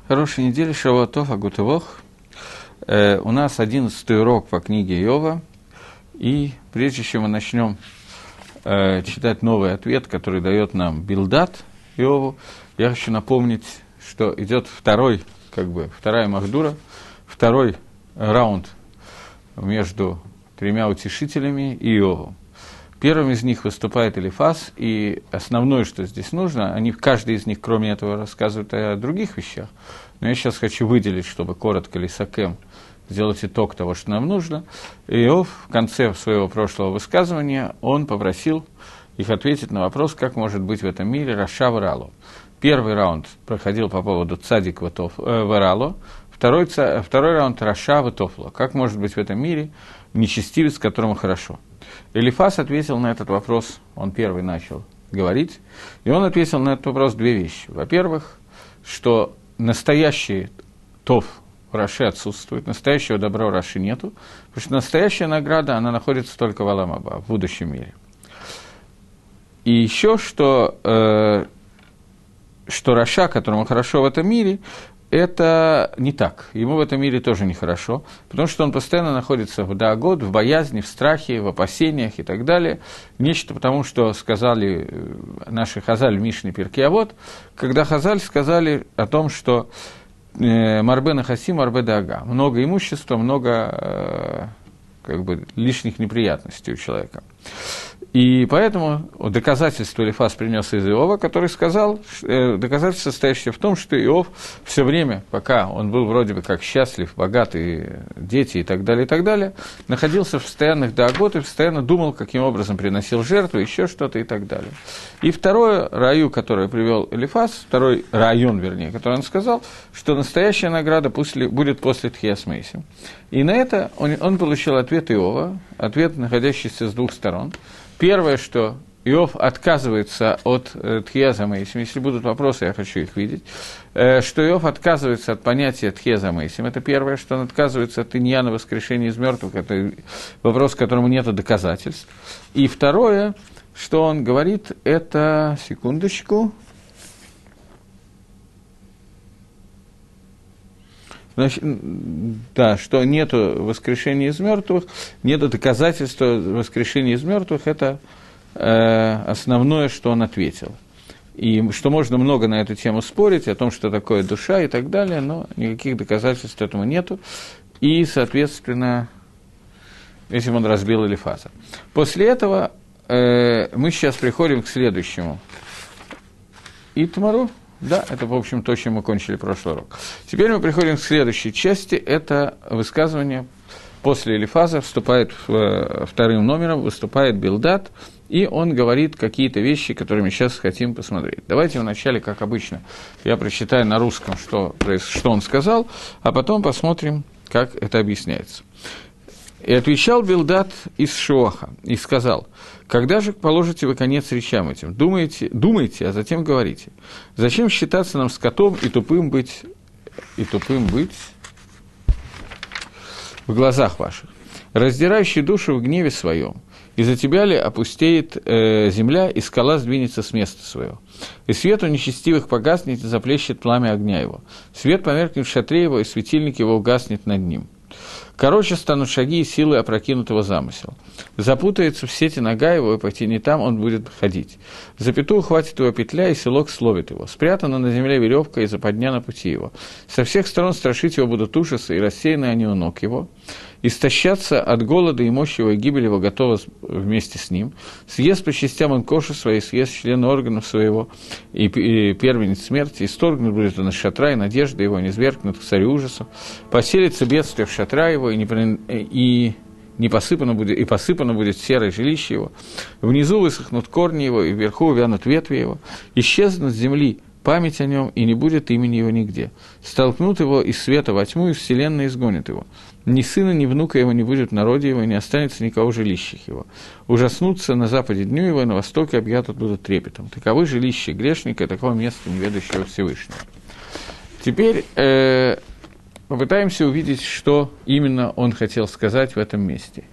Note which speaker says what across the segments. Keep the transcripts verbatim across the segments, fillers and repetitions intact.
Speaker 1: Хорошей недели, Шавуатов, Агутывох. Э, у нас одиннадцатый урок по книге Иова. И прежде чем мы начнем э, читать новый ответ, который дает нам Билдат Иову, я хочу напомнить, что идет второй, как бы, вторая Махдура, второй раунд между тремя утешителями и Иовом. Первым из них выступает Элифаз, и основное, что здесь нужно, они, каждый из них, кроме этого, рассказывают о других вещах, но я сейчас хочу выделить, чтобы коротко лисакем сделать итог того, что нам нужно. Иов в конце своего прошлого высказывания, он попросил их ответить на вопрос, как может быть в этом мире Раша Варало. Первый раунд проходил по поводу Цадик Варало, второй, второй раунд Раша Ватофло. Как может быть в этом мире нечестивец, которому хорошо? Элифаз ответил на этот вопрос, он первый начал говорить, и он ответил на этот вопрос две вещи. Во-первых, что настоящий тов в Раше отсутствует, настоящего добра в Раше нету, потому что настоящая награда, она находится только в Олам Аба, в будущем мире. И еще, что, э, что Раша, которому хорошо в этом мире, это не так. Ему в этом мире тоже нехорошо, потому что он постоянно находится в даагот, в боязни, в страхе, в опасениях и так далее. Нечто потому, что сказали наши Хазаль в Мишне Пиркей Авот, когда Хазаль сказали о том, что э, марбе нахаси, марбе даага, много имущества, много э, как бы, лишних неприятностей у человека. И поэтому доказательство Элифаз принес из Иова, который сказал, э, доказательство, состоящее в том, что Иов все время, пока он был вроде бы как счастлив, богатый, дети и так далее, и так далее, находился в постоянных даагот и постоянно думал, каким образом приносил жертву, еще что-то и так далее. И второе раю, которое привел Элифаз, второй район, вернее, который он сказал, что настоящая награда после, будет после Тхиас Мейсим. И на это он, он получил ответ Иова, ответ, находящийся с двух сторон. Первое, что Иов отказывается от э, Тхияза Мейсим, если будут вопросы, я хочу их видеть, э, что Иов отказывается от понятия Тхияза Мейсим, это первое, что он отказывается от иньяна воскрешения из мертвых, это вопрос, к которому нет доказательств. И второе, что он говорит, это, секундочку, значит, да, что нет воскрешения из мертвых, нет доказательства воскрешения из мертвых, это э, основное, что он ответил. И что можно много на эту тему спорить, о том, что такое душа и так далее, но никаких доказательств этому нету. И, соответственно, этим он разбил Элифаза. После этого э, мы сейчас приходим к следующему. Итмару. Да, это, в общем, то, чем мы кончили прошлый урок. Теперь мы приходим к следующей части. Это высказывание после Элифаза, вступает в, вторым номером, выступает Билдат, и он говорит какие-то вещи, которые мы сейчас хотим посмотреть. Давайте вначале, как обычно, я прочитаю на русском, что, что он сказал, а потом посмотрим, как это объясняется. «И отвечал Билдат из Шуаха, и сказал, когда же положите вы конец речам этим? Думайте, думайте, а затем говорите. Зачем считаться нам скотом и тупым быть, и тупым быть в глазах ваших? Раздирающий душу в гневе своем. Из-за тебя ли опустеет э, земля, и скала сдвинется с места своего? И свет у нечестивых погаснет, и заплещет пламя огня его. Свет померкнет в шатре его, и светильник его угаснет над ним. Короче станут шаги и силы опрокинутого замысла. Запутается в сети нога его, и по тени там он будет ходить. За пету ухватит его петля, и селок словит его. Спрятана на земле веревка, и западня на пути его. Со всех сторон страшить его будут ужасы, и рассеяны они у ног его. Истощаться от голода и мощи его, и гибель его готова вместе с ним. Съест по частям он кожи своей, съест члены органов своего, и, и первенец смерти, исторгнут будет он из шатра, и надежда его, не низвергнут к царю ужасов. Поселится бедствие в шатра его, и не, и не посыпано будет, и посыпано будет серое жилище его. Внизу высохнут корни его, и вверху увянут ветви его. Исчезнут с земли память о нем, и не будет имени его нигде. Столкнут его из света во тьму, и вселенная изгонит его. Ни сына, ни внука его не будет в народе его, и не останется никого в жилищах его. Ужаснутся на западе дню его, и на востоке объяты будут трепетом. Таковы жилища грешника, такого места неведающего Всевышнего. Теперь э, попытаемся увидеть, что именно он хотел сказать в этом месте.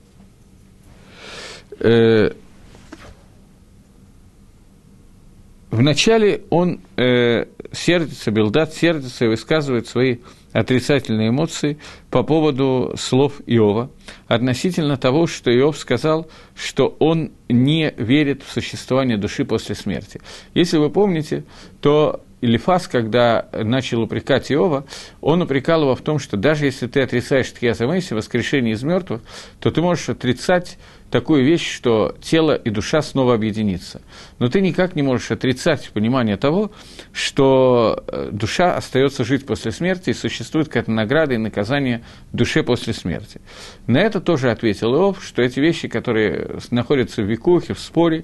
Speaker 1: Э, вначале он э, сердится, Билдад сердится и высказывает свои отрицательные эмоции по поводу слов Иова относительно того, что Иов сказал, что он не верит в существование души после смерти. Если вы помните, то Элифаз, когда начал упрекать Иова, он упрекал его в том, что даже если ты отрицаешь Тхият ха-Мейсим, воскрешение из мертвых, то ты можешь отрицать такую вещь, что тело и душа снова объединятся. Но ты никак не можешь отрицать понимание того, что душа остается жить после смерти, и существует какая-то награда и наказание душе после смерти. На это тоже ответил Иов, что эти вещи, которые находятся в викухе, в споре,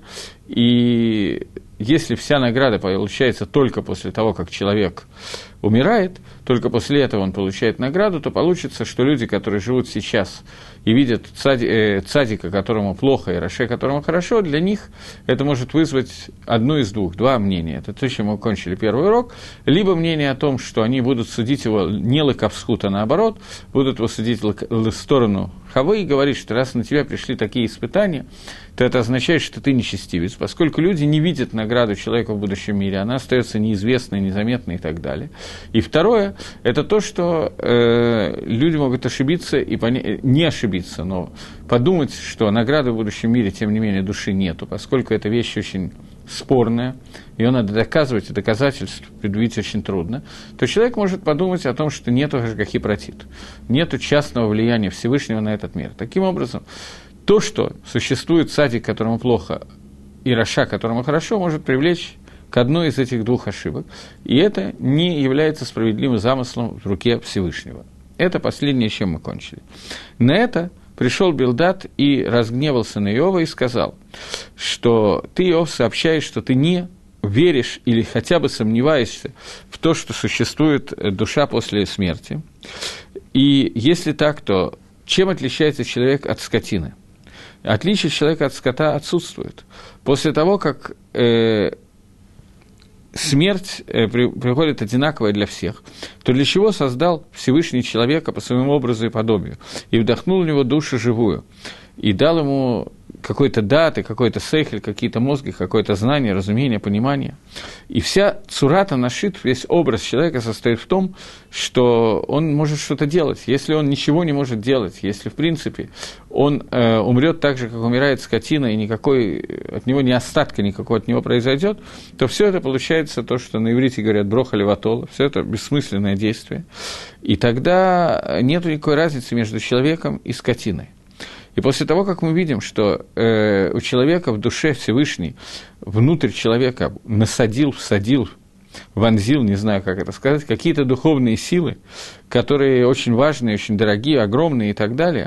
Speaker 1: и если вся награда получается только после того, как человек умирает, только после этого он получает награду, то получится, что люди, которые живут сейчас и видят цади, э, цадика, которому плохо, и раше, которому хорошо, для них это может вызвать одно из двух, два мнения. Это то, чем мы кончили первый урок. Либо мнение о том, что они будут судить его не лакавсхут, а наоборот, будут его судить в сторону хавы и говорить, что раз на тебя пришли такие испытания, то это означает, что ты нечестивец, поскольку люди не видят награду человека в будущем мире, она остается неизвестной, незаметной и так далее. И второе, это то, что э, люди могут ошибиться и поня- не ошибиться, но подумать, что награды в будущем мире, тем не менее, души нету, поскольку эта вещь очень спорная, ее надо доказывать, и доказательств предъявить очень трудно, то человек может подумать о том, что нету гашгахи протит, нету частного влияния Всевышнего на этот мир. Таким образом, то, что существует цадик, которому плохо, и раша, которому хорошо, может привлечь к одной из этих двух ошибок, и это не является справедливым замыслом в руке Всевышнего. Это последнее, чем мы кончили. На это пришел Билдад и разгневался на Иова и сказал, что ты, Иов, сообщаешь, что ты не веришь или хотя бы сомневаешься в то, что существует душа после смерти. И если так, то чем отличается человек от скотины? Отличие человека от скота отсутствует. После того, как э, смерть э, при, приходит одинаковая для всех, то для чего создал Всевышний человека по своему образу и подобию, и вдохнул в него душу живую, и дал ему какой-то даты, какой-то сейхель, какие-то мозги, какое-то знание, разумение, понимание. И вся цурата нашит, весь образ человека состоит в том, что он может что-то делать. Если он ничего не может делать, если, в принципе, он э, умрет так же, как умирает скотина, и никакой, от него ни остатка никакого от него произойдет, то все это получается то, что на иврите говорят броха леватола, все это бессмысленное действие. И тогда нет никакой разницы между человеком и скотиной. И после того, как мы видим, что э, у человека в душе Всевышний внутрь человека насадил, всадил, вонзил, не знаю, как это сказать, какие-то духовные силы, которые очень важные, очень дорогие, огромные и так далее,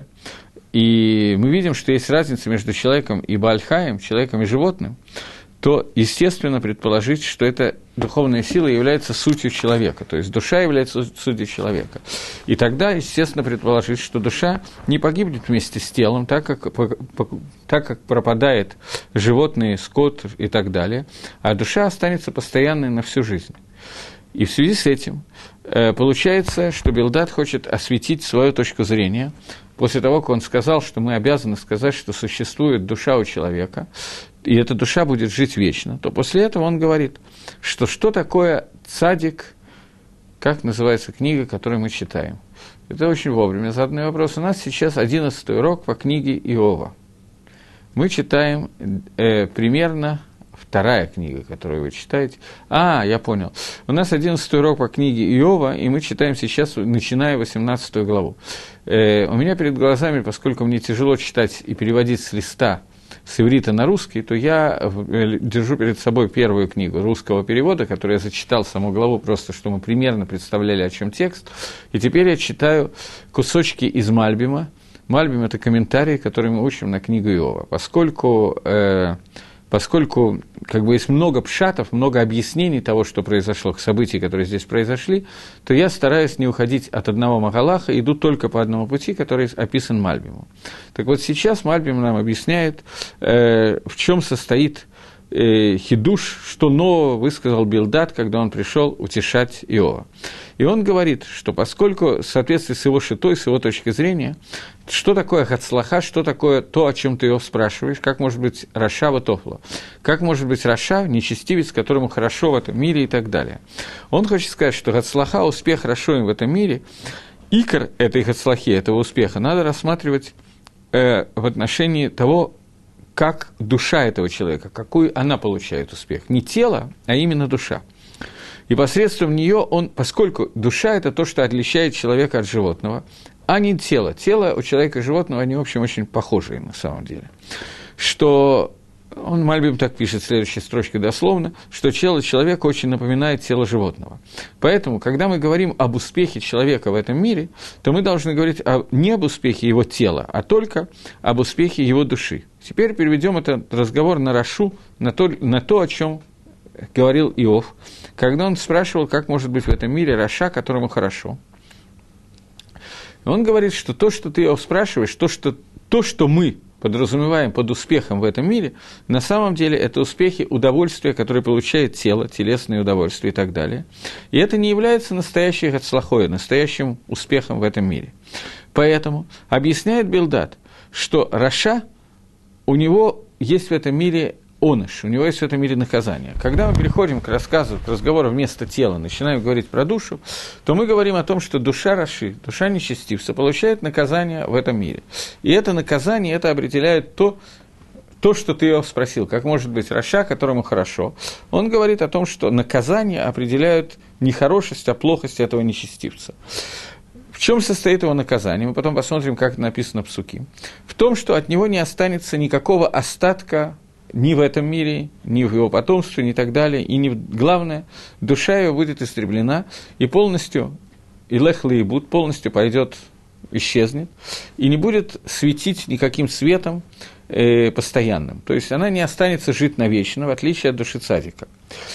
Speaker 1: и мы видим, что есть разница между человеком и Бааль-Хаем, человеком и животным, то, естественно, предположить, что эта духовная сила является сутью человека, то есть душа является сутью человека. И тогда, естественно, предположить, что душа не погибнет вместе с телом, так как, так как пропадает животные, скот и так далее, а душа останется постоянной на всю жизнь. И в связи с этим э, получается, что Билдад хочет осветить свою точку зрения, после того, как он сказал, что мы обязаны сказать, что существует душа у человека, и эта душа будет жить вечно, то после этого он говорит, что что такое цадик, как называется книга, которую мы читаем. Это очень вовремя заданный вопрос. У нас сейчас одиннадцатый урок по книге Иова. Мы читаем э, примерно вторая книга, которую вы читаете. А, я понял. У нас одиннадцатый урок по книге Иова, и мы читаем сейчас, начиная восемнадцатую главу. Э, у меня перед глазами, поскольку мне тяжело читать и переводить с листа с иврита на русский, то я держу перед собой первую книгу русского перевода, которую я зачитал саму главу, просто что мы примерно представляли, о чем текст. И теперь я читаю кусочки из Мальбима. Мальбим – это комментарии, которые мы учим на книгу Иова. Поскольку, э, поскольку как бы есть много пшатов, много объяснений того, что произошло, событий, которые здесь произошли, то я стараюсь не уходить от одного Магалаха, иду только по одному пути, который описан Мальбимом. Так вот сейчас Мальбим нам объясняет, э, в чем состоит э, хидуш, что нового высказал Билдад, когда он пришел утешать Иова. И он говорит, что поскольку в соответствии с его шитой, с его точки зрения, что такое хацлаха, что такое то, о чем ты его спрашиваешь, как может быть раша ватофло, как может быть раша, нечестивец, которому хорошо в этом мире и так далее. Он хочет сказать, что хацлаха, успех хорошо им в этом мире, икор этой хацлахи, этого успеха, надо рассматривать э, в отношении того, как душа этого человека, какую она получает успех. Не тело, а именно душа. И посредством нее он, поскольку душа – это то, что отличает человека от животного, а не тело. Тело у человека и животного, они, в общем, очень похожие на самом деле. Что, он, Мальбим так пишет в следующей строчке дословно, что тело человека очень напоминает тело животного. Поэтому, когда мы говорим об успехе человека в этом мире, то мы должны говорить о, не об успехе его тела, а только об успехе его души. Теперь переведем этот разговор на рашу, на то, на то, о чем говорил Иов, когда он спрашивал, как может быть в этом мире раша, которому хорошо. Он говорит, что то, что ты, Иов, спрашиваешь, то что, то, что мы подразумеваем под успехом в этом мире, на самом деле это успехи удовольствия, которые получает тело, телесные удовольствия и так далее. И это не является настоящей хацлахой, настоящим успехом в этом мире. Поэтому объясняет Билдад, что раша, у него есть в этом мире оныш, у него есть в этом мире наказание. Когда мы переходим к рассказу, к разговору вместо тела, начинаем говорить про душу, то мы говорим о том, что душа раши, душа нечестивца, получает наказание в этом мире. И это наказание, это определяет то, то, что ты его спросил, как может быть раша, которому хорошо. Он говорит о том, что наказание определяет не хорошесть, а плохость этого нечестивца. В чем состоит его наказание? Мы потом посмотрим, как это написано в Псуки. В том, что от него не останется никакого остатка ни в этом мире, ни в его потомстве, ни так далее. И не, главное, душа его будет истреблена, и полностью, илех лаибут, полностью пойдет, исчезнет, и не будет светить никаким светом э, постоянным. То есть она не останется жить навечно, в отличие от души цадика.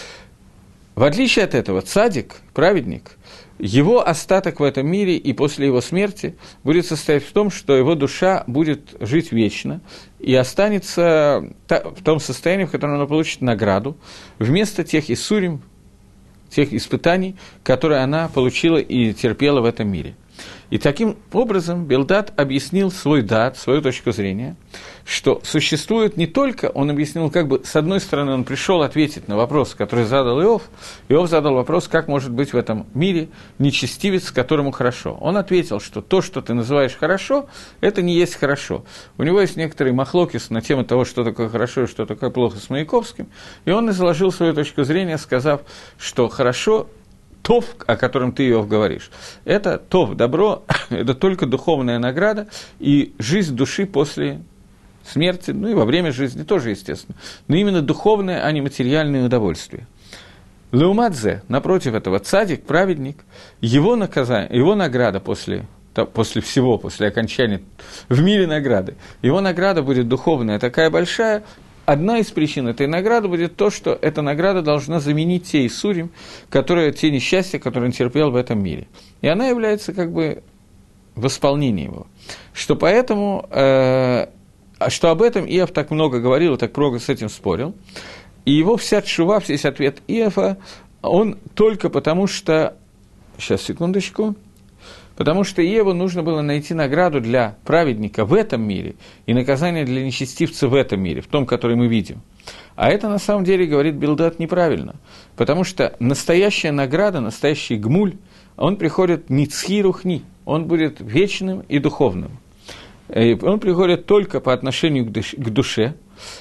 Speaker 1: В отличие от этого, цадик, праведник, его остаток в этом мире и после его смерти будет состоять в том, что его душа будет жить вечно и останется в том состоянии, в котором она получит награду, вместо тех иссурим, тех испытаний, которые она получила и терпела в этом мире. И таким образом Билдад объяснил свой дат, свою точку зрения, что существует не только, он объяснил, как бы, с одной стороны, он пришел ответить на вопрос, который задал Иов, Иов задал вопрос, как может быть в этом мире нечестивец, которому хорошо. Он ответил, что то, что ты называешь хорошо, это не есть хорошо. У него есть некоторый махлокис на тему того, что такое хорошо и что такое плохо с Маяковским, и он изложил свою точку зрения, сказав, что хорошо, тов, о котором ты, Иов, говоришь, это тов, добро, это только духовная награда и жизнь души после смерти, ну и во время жизни тоже, естественно, но именно духовное, а не материальное удовольствие. Леумадзе, напротив этого, цадик, праведник, его, наказание, его награда после, после всего, после окончания в мире награды, его награда будет духовная, такая большая. Одна из причин этой награды будет то, что эта награда должна заменить те иссурим, которые, те несчастья, которые он терпел в этом мире. И она является как бы восполнением его. Что поэтому, э, что об этом Иов так много говорил и так много с этим спорил. И его вся тшува, весь ответ Иова, он только потому что... Сейчас, секундочку... Потому что Иову нужно было найти награду для праведника в этом мире и наказание для нечестивца в этом мире, в том, который мы видим. А это, на самом деле, говорит Билдад, неправильно. Потому что настоящая награда, настоящий гмуль, он приходит не цхирухни, он будет вечным и духовным. И он приходит только по отношению к душе.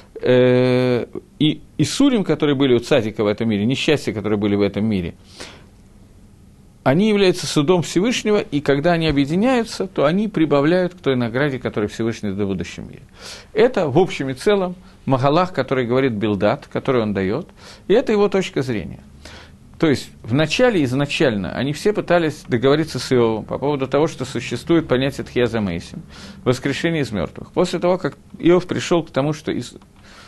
Speaker 1: И иссурим, которые были у цадика в этом мире, несчастья, которые были в этом мире, они являются судом Всевышнего, и когда они объединяются, то они прибавляют к той награде, которую Всевышний дает в будущем мире. Это, в общем и целом, Магалах, который говорит Билдад, который он дает, и это его точка зрения. То есть, вначале, изначально, они все пытались договориться с Иовом по поводу того, что существует понятие Тхьяза Мейсим, воскрешение из мертвых. После того, как Иов пришел к тому, что из...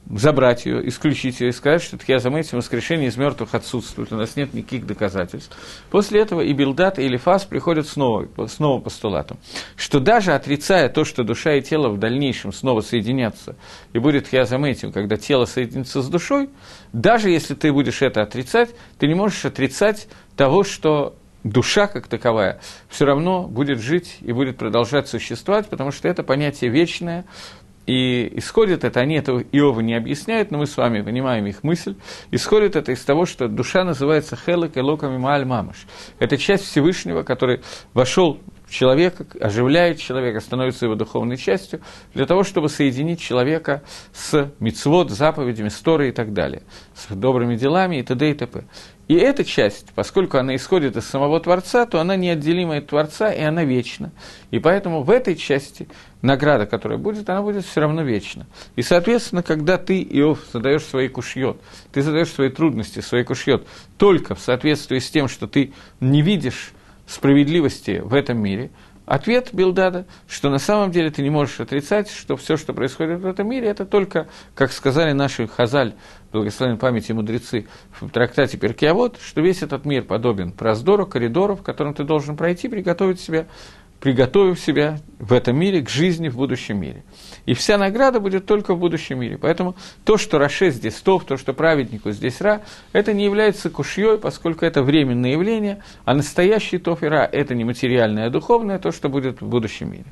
Speaker 1: забрать ее, исключить ее и сказать, что Тхия Замейтим, воскрешение из мертвых отсутствует, у нас нет никаких доказательств. После этого и Билдат, и Элифаз приходят снова, с новым постулатом, что даже отрицая то, что душа и тело в дальнейшем снова соединятся, и будет Тхия Замейтим, когда тело соединится с душой, даже если ты будешь это отрицать, ты не можешь отрицать того, что душа как таковая все равно будет жить и будет продолжать существовать, потому что это понятие вечное. И исходит это, они этого Иова не объясняют, но мы с вами понимаем их мысль, исходит это из того, что душа называется Хелек Элокам Мааль Мамаш. Это часть Всевышнего, который вошел в человека, оживляет человека, становится его духовной частью, для того, чтобы соединить человека с мицвот, заповедями, с Торой и так далее, с добрыми делами и т.д. и т.п. И эта часть, поскольку она исходит из самого Творца, то она неотделима от Творца, и она вечна. И поэтому в этой части награда, которая будет, она будет все равно вечна. И, соответственно, когда ты, Иов, задаешь свои кушьет, ты задаешь свои трудности, свои кушьет только в соответствии с тем, что ты не видишь справедливости в этом мире, ответ Билдада, что на самом деле ты не можешь отрицать, что все, что происходит в этом мире, это только, как сказали наши хазаль, благословенной памяти мудрецы, в трактате Перкей Авот, что весь этот мир подобен проздору, коридору, в котором ты должен пройти, приготовить себя, приготовив себя в этом мире к жизни в будущем мире. И вся награда будет только в будущем мире. Поэтому то, что Раше здесь тов, то, что праведнику здесь ра, это не является кушьей, поскольку это временное явление, а настоящий тов и ра – это не материальное, а духовное, то, что будет в будущем мире.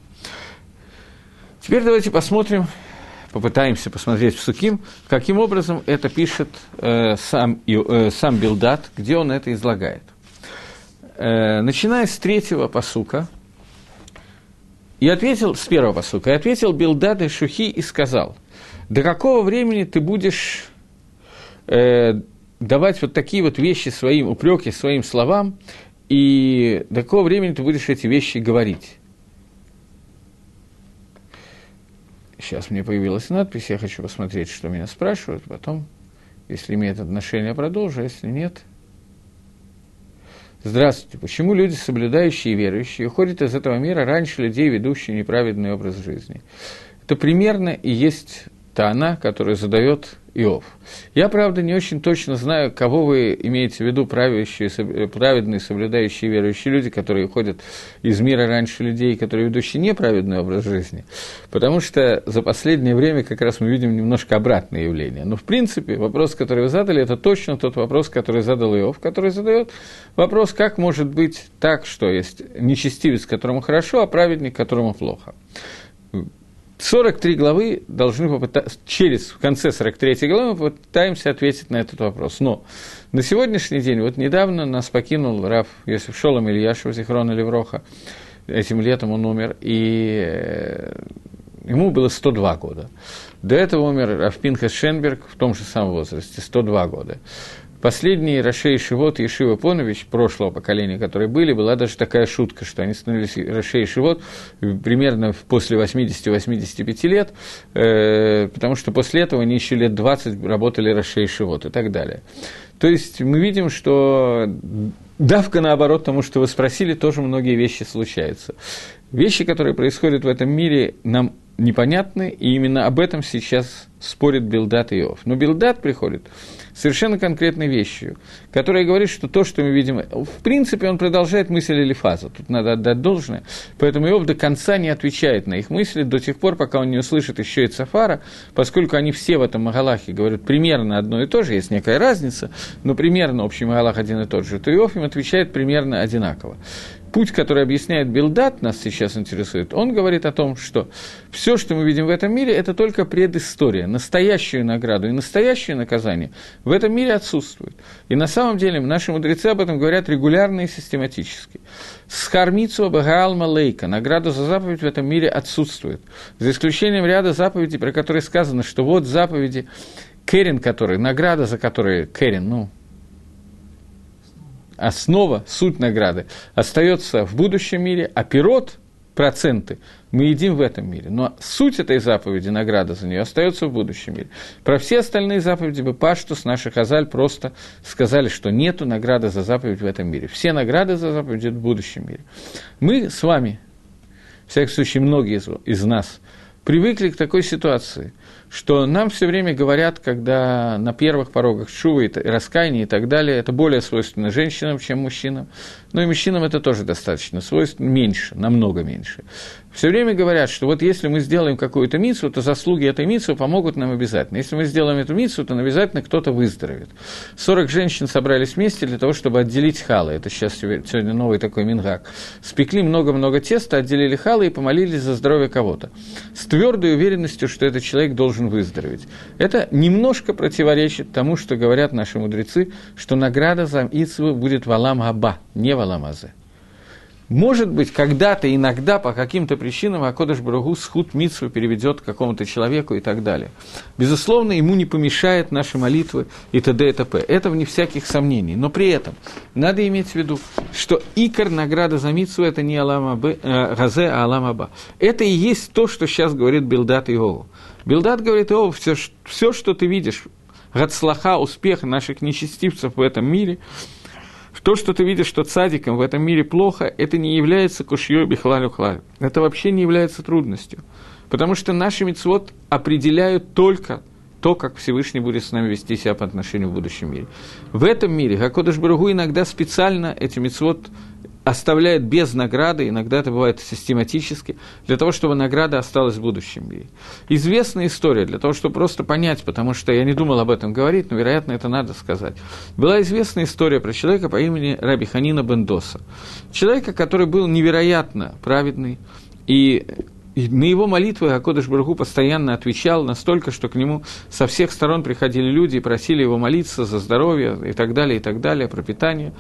Speaker 1: Теперь давайте посмотрим, попытаемся посмотреть в Суким, каким образом это пишет э, сам, э, сам Билдат, где он это излагает. Э, начиная с третьего пасука, и ответил, с первого пасука, и ответил Билдад и Шухи и сказал: до какого времени ты будешь э, давать вот такие вот вещи своим, упреки своим словам, и до какого времени ты будешь эти вещи говорить? Сейчас мне появилась надпись, я хочу посмотреть, что меня спрашивают, потом, если имеет отношение, продолжу, если нет. Здравствуйте. Почему люди, соблюдающие и верующие, уходят из этого мира раньше людей, ведущие неправедный образ жизни? Это примерно и есть та она, которую задает Иов. Я, правда, не очень точно знаю, кого вы имеете в виду, правящие, праведные, соблюдающие, верующие люди, которые уходят из мира раньше людей, которые ведущие неправедный образ жизни, потому что за последнее время как раз мы видим немножко обратное явление. Но, в принципе, вопрос, который вы задали, это точно тот вопрос, который задал Иов, который задает вопрос, как может быть так, что есть нечестивец, которому хорошо, а праведник, которому плохо. сорок три главы должны попытаться, через, в конце сорок третьей главы мы попытаемся ответить на этот вопрос. Но на сегодняшний день, вот недавно нас покинул рав Йосеф Шолом Ильяшев, Зихрона Левроха, этим летом он умер, и ему было сто два года. До этого умер рав Пинхас Шенберг в том же самом возрасте, сто два года. Последние Рашей Шивот и Ешива Понович прошлого поколения, которые были, была даже такая шутка, что они становились Рашей Шивот примерно после восьмидесяти-восьмидесяти пяти лет, э, потому что после этого они еще лет двадцать работали Рашей Шивот и так далее. То есть мы видим, что давка наоборот тому, что вы спросили, тоже многие вещи случаются. Вещи, которые происходят в этом мире, нам непонятны, и именно об этом сейчас спорит Билдат и Иов. Но Билдат приходит совершенно конкретной вещью, которая говорит, что то, что мы видим, в принципе, он продолжает мысль Элифаза, тут надо отдать должное, поэтому Иов до конца не отвечает на их мысли до тех пор, пока он не услышит еще и Цафара, поскольку они все в этом Магалахе говорят примерно одно и то же, есть некая разница, но примерно общий Магалах один и тот же, то Иов им отвечает примерно одинаково. Путь, который объясняет Билдат, нас сейчас интересует, он говорит о том, что все, что мы видим в этом мире, это только предыстория. Настоящую награду и настоящее наказание в этом мире отсутствует. И на самом деле наши мудрецы об этом говорят регулярно и систематически. Схармицу Багаал Малейка, награда за заповедь в этом мире отсутствует. За исключением ряда заповедей, про которые сказано, что вот заповеди Керин, которые, награда за которые, Керин, ну, основа, суть награды остается в будущем мире, а пирот, проценты, мы едим в этом мире. Но суть этой заповеди, награда за нее, остается в будущем мире. Про все остальные заповеди бы Паштус, наши хазаль, просто сказали, что нету награды за заповедь в этом мире. Все награды за заповедь в будущем мире. Мы с вами, в всяком случае, многие из, из нас, привыкли к такой ситуации, что нам все время говорят, когда на первых порогах шувы и раскаяния и так далее, это более свойственно женщинам, чем мужчинам, но и мужчинам это тоже достаточно свойственно, меньше, намного меньше. Все время говорят, что вот если мы сделаем какую-то мицву, то заслуги этой мицвы помогут нам обязательно. Если мы сделаем эту мицву, то обязательно кто-то выздоровеет. сорок женщин собрались вместе для того, чтобы отделить халы. Это сейчас сегодня новый такой мингак. Спекли много-много теста, отделили халы и помолились за здоровье кого-то. С твердой уверенностью, что этот человек должен выздороветь. Это немножко противоречит тому, что говорят наши мудрецы, что награда за мицву будет в алам аба, не в алам азе. Может быть, когда-то, иногда, по каким-то причинам, Акодыш Барух Ху схут мицву переведет к какому-то человеку и так далее. Безусловно, ему не помешает наши молитвы и т.д. и т.п. Это вне всяких сомнений. Но при этом надо иметь в виду, что икор награда за мицву – это не алам абе, э, газе, а алам аба. Это и есть то, что сейчас говорит Билдат Иову. Билдат говорит: Иов, все, все, что ты видишь, гацлаха, успех наших нечестивцев в этом мире – то, что ты видишь, что цадикам в этом мире плохо, это не является кушьёй бихлалю хлалю. Это вообще не является трудностью. Потому что наши мицвот определяют только то, как Всевышний будет с нами вести себя по отношению в будущем мире. В этом мире Акодыш Барух Ху иногда специально эти мицвот оставляет без награды, иногда это бывает систематически, для того, чтобы награда осталась в будущем мире. Известная история, для того, чтобы просто понять, потому что я не думал об этом говорить, но, вероятно, это надо сказать. Была известная история про человека по имени Раби Ханина бен Доса. Человека, который был невероятно праведный, и И на его молитвы Акодыш Барух Ху постоянно отвечал настолько, что к нему со всех сторон приходили люди и просили его молиться за здоровье и так далее, и так далее, про питание.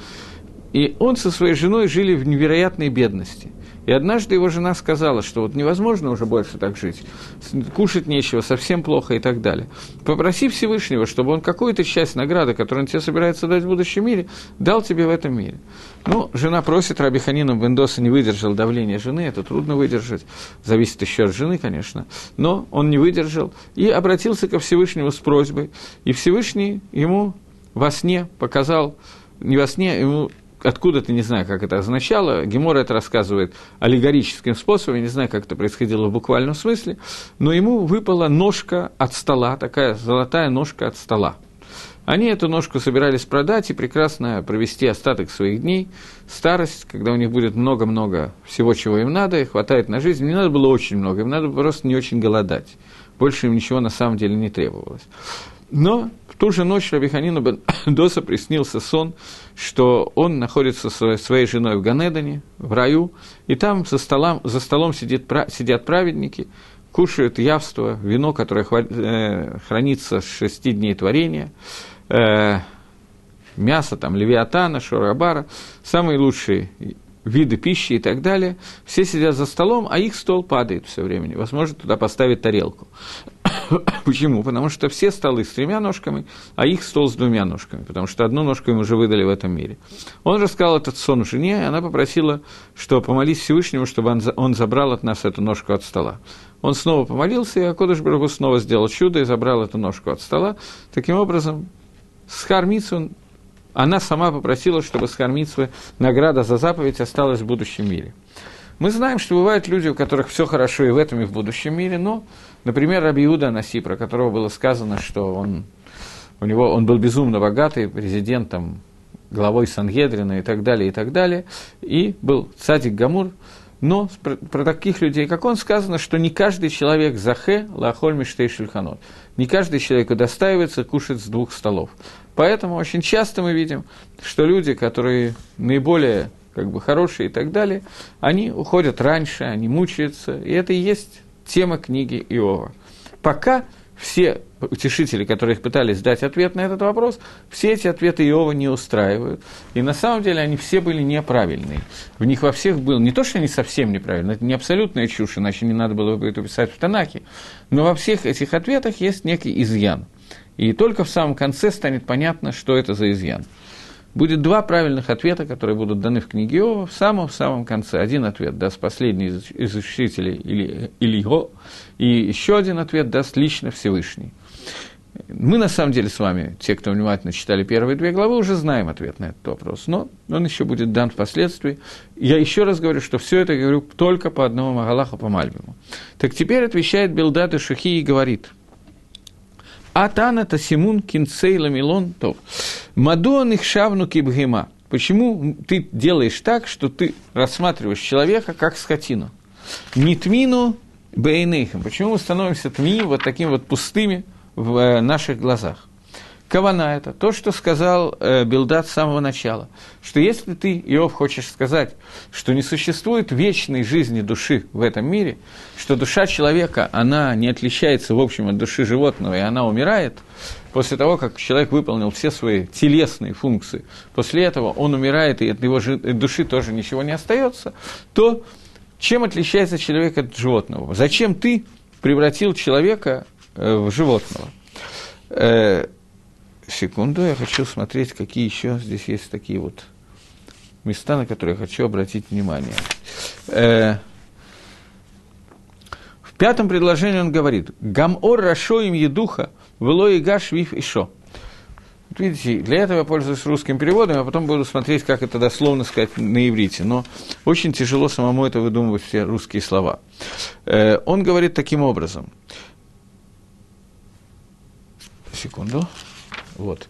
Speaker 1: И он со своей женой жили в невероятной бедности. И однажды его жена сказала, что вот невозможно уже больше так жить, кушать нечего, совсем плохо и так далее. Попроси Всевышнего, чтобы он какую-то часть награды, которую он тебе собирается дать в будущем мире, дал тебе в этом мире. Ну, жена просит, Раби Ханина бен Доса не выдержал давления жены, это трудно выдержать, зависит еще от жены, конечно, но он не выдержал и обратился ко Всевышнему с просьбой, и Всевышний ему во сне показал, не во сне, ему откуда-то, не знаю, как это означало, Гемора это рассказывает аллегорическим способом, я не знаю, как это происходило в буквальном смысле, но ему выпала ножка от стола, такая золотая ножка от стола. Они эту ножку собирались продать и прекрасно провести остаток своих дней, старость, когда у них будет много-много всего, чего им надо, и хватает на жизнь. Не надо было очень много, им надо было просто не очень голодать. Больше им ничего на самом деле не требовалось. Но в ту же ночь Раби Ханина бен Доса приснился сон, что он находится со своей женой в Ганедане, в раю, и там за столом, за столом сидит, сидят праведники, кушают явство, вино, которое хранится с шести дней творения, э, мясо, там, левиатана, шорабара, самые лучшие виды пищи и так далее. Все сидят за столом, а их стол падает все время, невозможно туда поставить тарелку. Почему? Потому что все столы с тремя ножками, а их стол с двумя ножками, потому что одну ножку им уже выдали в этом мире. Он рассказал этот сон жене, и она попросила, что помолись Всевышнему, чтобы он, он забрал от нас эту ножку от стола. Он снова помолился, и Акодыш Барух Ху снова сделал чудо и забрал эту ножку от стола. Таким образом, схар мицвы, она сама попросила, чтобы схар мицвы, награда за заповедь, осталась в будущем мире. Мы знаем, что бывают люди, у которых все хорошо и в этом, и в будущем мире, но, например, Раби Иуда Анаси, про которого было сказано, что он, у него, он был безумно богатый, президентом, главой Сангедрина и так далее, и так далее, и был цадик Гамур, но про, про таких людей, как он, сказано, что не каждый человек захе лаахоль миштей шульханот, не каждый человек удостаивается кушать с двух столов. Поэтому очень часто мы видим, что люди, которые наиболее как бы хорошие и так далее, они уходят раньше, они мучаются, и это и есть тема книги Иова. Пока все утешители, которые пытались дать ответ на этот вопрос, все эти ответы Иова не устраивают, и на самом деле они все были неправильные. В них во всех был, не то, что они совсем неправильные, это не абсолютная чушь, иначе не надо было бы это писать в Танахе, но во всех этих ответах есть некий изъян. И только в самом конце станет понятно, что это за изъян. Будет два правильных ответа, которые будут даны в книге Иова, в самом-самом конце. Один ответ даст последний из учителей или Ильго, и еще один ответ даст лично Всевышний. Мы, на самом деле, с вами, те, кто внимательно читали первые две главы, уже знаем ответ на этот вопрос, но он еще будет дан впоследствии. Я еще раз говорю, что все это говорю только по одному Магалаху, по Мальбиму. Так теперь отвечает Билдат иш-Шухи и говорит: Атан это симун кинцей ламилон тов. Мадуан их шавну кибгема. Почему ты делаешь так, что ты рассматриваешь человека как скотину? Нитмину бейнейхам. Почему мы становимся тми, вот такими вот пустыми в наших глазах? Кавана это то, что сказал э, Билдад с самого начала, что если ты, Иов, хочешь сказать, что не существует вечной жизни души в этом мире, что душа человека, она не отличается, в общем, от души животного, и она умирает, после того, как человек выполнил все свои телесные функции, после этого он умирает, и от его души тоже ничего не остается, то чем отличается человек от животного? Зачем ты превратил человека э, в животного? Э, Секунду, я хочу смотреть, какие еще здесь есть такие вот места, на которые я хочу обратить внимание. Э, в пятом предложении он говорит: «Гамор рашо им едуха, вело ига швиф ишо». Вот видите, для этого я пользуюсь русским переводом, а потом буду смотреть, как это дословно сказать на иврите. Но очень тяжело самому это выдумывать все русские слова. Э, он говорит таким образом. Секунду. Вот.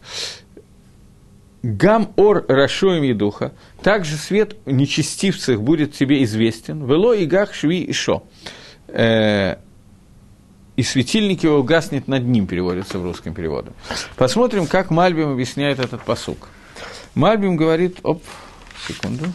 Speaker 1: Гам ор рашоем едуха, также свет нечестивцев будет тебе известен, вело игах шви и шо, э, и светильник его гаснет над ним, переводится в русском переводе. Посмотрим, как Мальбим объясняет этот пасук. Мальбим говорит, оп, секунду.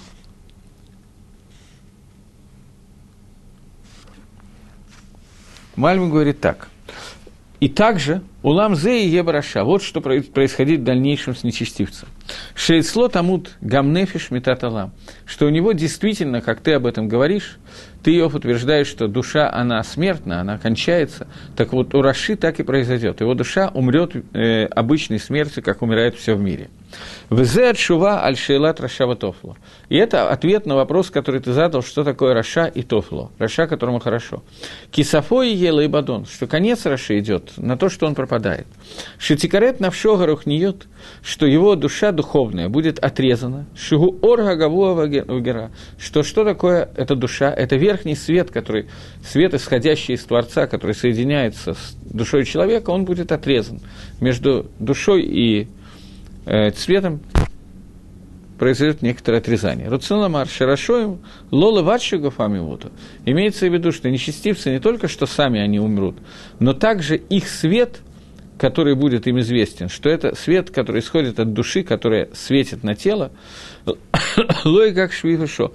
Speaker 1: Мальбим говорит так. И также улам зе и ебараша. Вот что происходит в дальнейшем с нечестивцем. Шейцло тамут гамнефиш метаталам. Что у него действительно, как ты об этом говоришь, ты, Иов, утверждаешь, что душа, она смертна, она кончается. Так вот, у Раши так и произойдет. Его душа умрет э, обычной смертью, как умирает все в мире. Взе отшува аль-шейлат рашава тофло. И это ответ на вопрос, который ты задал, что такое Раша и Тофло. Раша, которому хорошо. Кисафо и ела и бадон, что конец Раши идет на то, что он пропадает. Шитикарет навшо гарухниет, что его душа духовная будет отрезана. Шигу орга гавуа вагера, что что такое эта душа? Это верхний свет, который, свет, исходящий из Творца, который соединяется с душой человека, он будет отрезан. Между душой и э, цветом произойдет некоторое отрезание. Руцеламар шарашоем лола ватшигов амивута. Имеется в виду, что нечестивцы не только что сами они умрут, но также их свет, который будет им известен, что это свет, который исходит от души, которая светит на тело, лой как швихашо.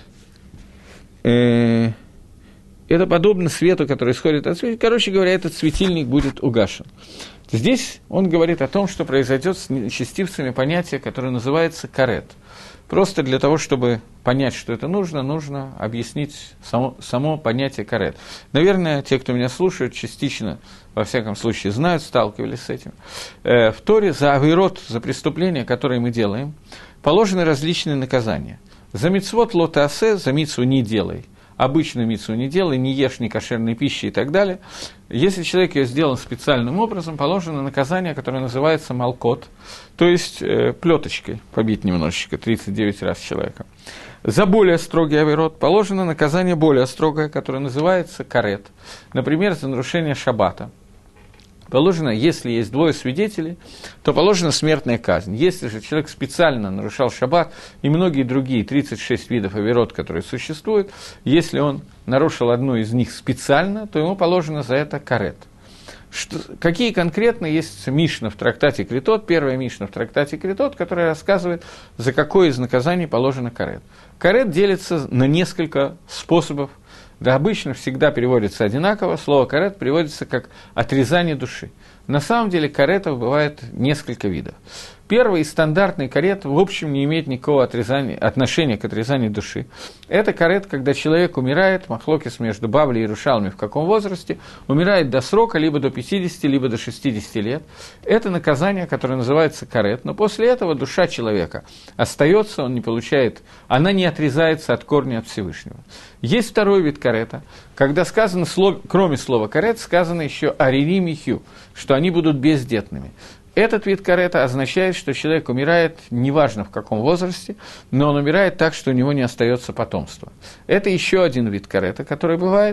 Speaker 1: Это подобно свету, который исходит от света. Короче говоря, этот светильник будет угашен. Здесь он говорит о том, что произойдет с нечестивцами понятие, которое называется карет. Просто для того, чтобы понять, что это нужно, нужно объяснить само, само понятие карет. Наверное, те, кто меня слушают, частично, во всяком случае, знают, сталкивались с этим. Э, в Торе за авейрот, за преступления, которые мы делаем, положены различные наказания. За мицвот лотаасе, за мицву не делай. Обычную мицву не делай, не ешь некошерной пищи и так далее. Если человек ее сделан специальным образом, положено наказание, которое называется малкот, то есть э, плеточкой побить немножечко, тридцать девять раз человека. За более строгий авейрот положено наказание более строгое, которое называется карет. Например, за нарушение шаббата. Положено, если есть двое свидетелей, то положена смертная казнь. Если же человек специально нарушал шаббат и многие другие тридцать шесть видов авейрот, которые существуют, если он нарушил одну из них специально, то ему положено за это карет. Что, какие конкретно есть мишна в трактате Критот, первая мишна в трактате Критот, которая рассказывает, за какое из наказаний положено карет. Карет делится на несколько способов. Да, обычно всегда переводится одинаково, слово «карет» переводится как «отрезание души». На самом деле каретов бывает несколько видов. Первый и стандартный карет, в общем, не имеет никакого отрезания, отношения к отрезанию души. Это карет, когда человек умирает, махлокис между Бавли и Рушалми в каком возрасте, умирает до срока, либо до пятидесяти, либо до шестидесяти лет. Это наказание, которое называется карет, но после этого душа человека остается, он не получает, она не отрезается от корня от Всевышнего. Есть второй вид карета, когда сказано, кроме слова карет, сказано еще аририм и хю, что они будут бездетными. Этот вид карета означает, что человек умирает, неважно в каком возрасте, но он умирает так, что у него не остается потомства. Это еще один вид карета, который бывает.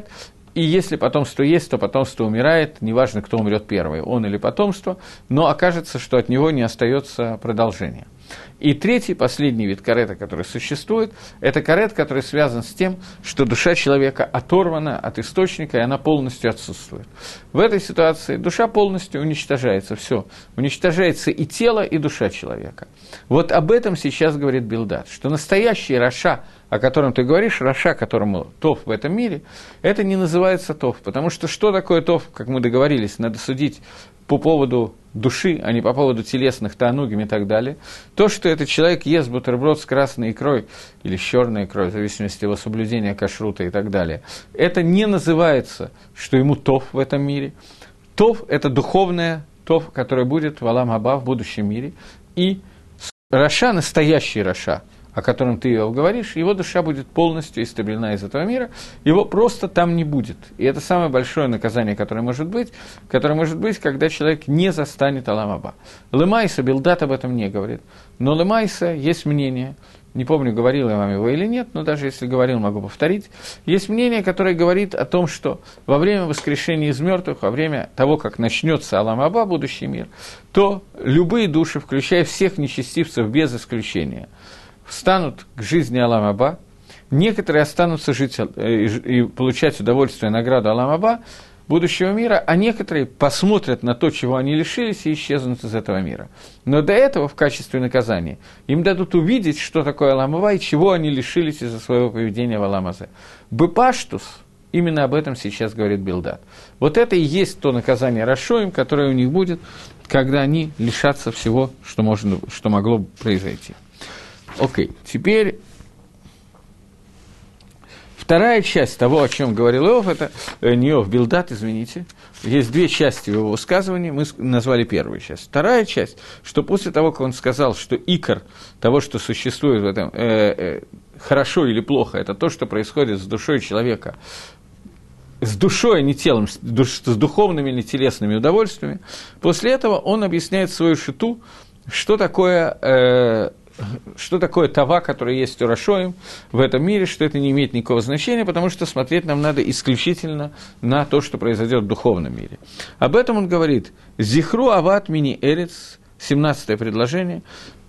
Speaker 1: И если потомство есть, то потомство умирает, неважно, кто умрет первый, он или потомство, но окажется, что от него не остается продолжения. И третий, последний вид карета, который существует, это карет, который связан с тем, что душа человека оторвана от источника, и она полностью отсутствует. В этой ситуации душа полностью уничтожается, все, уничтожается и тело, и душа человека. Вот об этом сейчас говорит Билдат, что настоящий Раша, о котором ты говоришь, Раша, которому Тов в этом мире, это не называется Тов, потому что что такое Тов, как мы договорились, надо судить по поводу души, а не по поводу телесных таанугим и так далее. То, что этот человек ест бутерброд с красной икрой или с черной икрой, в зависимости от его соблюдения кашрута и так далее, это не называется, что ему Тов в этом мире. Тов – это духовное Тов, которое будет в Алам Аба, в будущем мире. И Раша, настоящий Раша, о котором ты его говоришь, его душа будет полностью истреблена из этого мира, его просто там не будет. И это самое большое наказание, которое может быть, которое может быть, когда человек не застанет Алам Аба. Лемайса, Билдат об этом не говорит, но Лемайса есть мнение, не помню, говорил я вам его или нет, но даже если говорил, могу повторить, есть мнение, которое говорит о том, что во время воскрешения из мертвых, во время того, как начнется Алам Аба, будущий мир, то любые души, включая всех нечестивцев без исключения, встанут к жизни Алам Аба, некоторые останутся жить и получать удовольствие, награду Алам Аба, будущего мира, а некоторые посмотрят на то, чего они лишились, и исчезнут из этого мира. Но до этого, в качестве наказания, им дадут увидеть, что такое Алам Аба и чего они лишились из-за своего поведения в Алам Азе. Бепаштус, именно об этом сейчас говорит Билдат. Вот это и есть то наказание Рашоим, которое у них будет, когда они лишатся всего, что, можно, что могло бы произойти. Окей, теперь вторая часть того, о чем говорил Иов, это э, не Иов, Билдат, извините. Есть две части его высказывания, мы назвали первую часть. Вторая часть, что после того, как он сказал, что икор того, что существует в этом, э, э, хорошо или плохо, это то, что происходит с душой человека, с душой, а не телом, с, душ, с духовными или телесными удовольствиями, после этого он объясняет свою шиту, что такое... Э, что такое тава, которая есть у Рашоим в этом мире, что это не имеет никакого значения, потому что смотреть нам надо исключительно на то, что произойдет в духовном мире. Об этом он говорит: «Зихру ават мини эрец», семнадцатое предложение,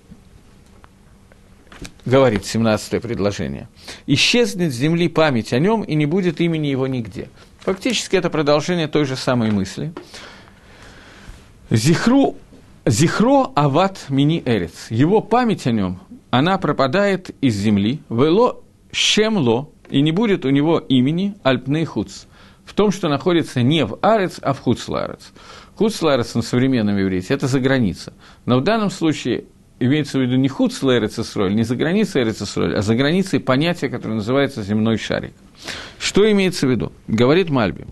Speaker 1: говорит семнадцатое предложение, «исчезнет с земли память о нем, и не будет имени его нигде». Фактически это продолжение той же самой мысли. «Зихру Зихро ават мини эрец». Его память о нем, она пропадает из земли. Вело шемло, и не будет у него имени альпней хуц. В том, что находится не в арец, а в хуц-ларец. Хуц-ларец на современном иврите – это за граница. Но в данном случае имеется в виду не хуц-ларец Исроль, не за границей эрец Исроль, а за границей понятия, которое называется земной шарик. Что имеется в виду? Говорит Мальбим.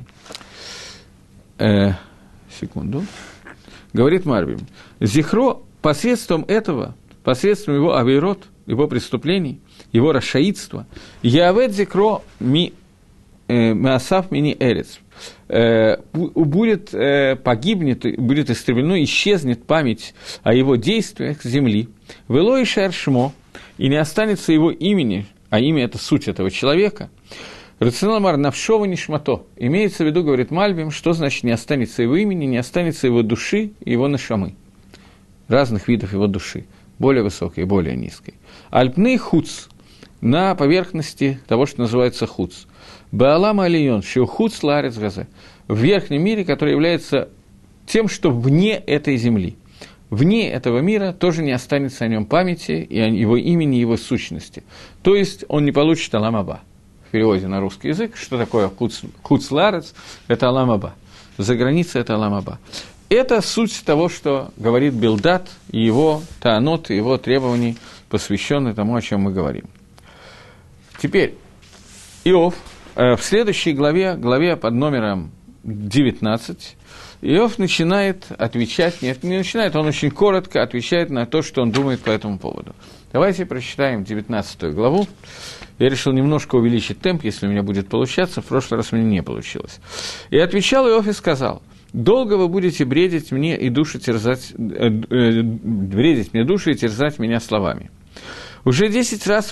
Speaker 1: Э, секунду. Говорит Марбим, Зихро посредством этого, посредством его авейрот, его преступлений, его рашаидства, Явет Зихро ми Меасав мини эрец, будет погибнет, будет истреблено, исчезнет память о его действиях с земли, Вело и Шершмо, и не останется его имени, а имя – это суть этого человека, Рационаламар навшова нишмато. Имеется в виду, говорит Мальбим, что значит не останется его имени, не останется его души и его нашамы. Разных видов его души. Более высокой и более низкой. Альпней хуц. На поверхности того, что называется хуц. Баалам алион, шиу хуц ларец газе. В верхнем мире, который является тем, что вне этой земли. Вне этого мира тоже не останется о нем памяти, и о его имени, и его сущности. То есть он не получит Алам Аба. В переводе на русский язык, что такое хуц-ларец, это Алам Аба. За границей это Алам Аба. Это суть того, что говорит Билдат, и его таанот, и его требований, посвященные тому, о чем мы говорим. Теперь, Иов, э, в следующей главе, главе под номером девятнадцать, Иов начинает отвечать, нет, не начинает, он очень коротко отвечает на то, что он думает по этому поводу. Давайте прочитаем девятнадцатую главу. Я решил немножко увеличить темп, если у меня будет получаться. В прошлый раз у меня не получилось. «И отвечал Иов и сказал: долго вы будете бредить мне и душу терзать, э, э, бредить мне душу и терзать меня словами. Уже десять раз вы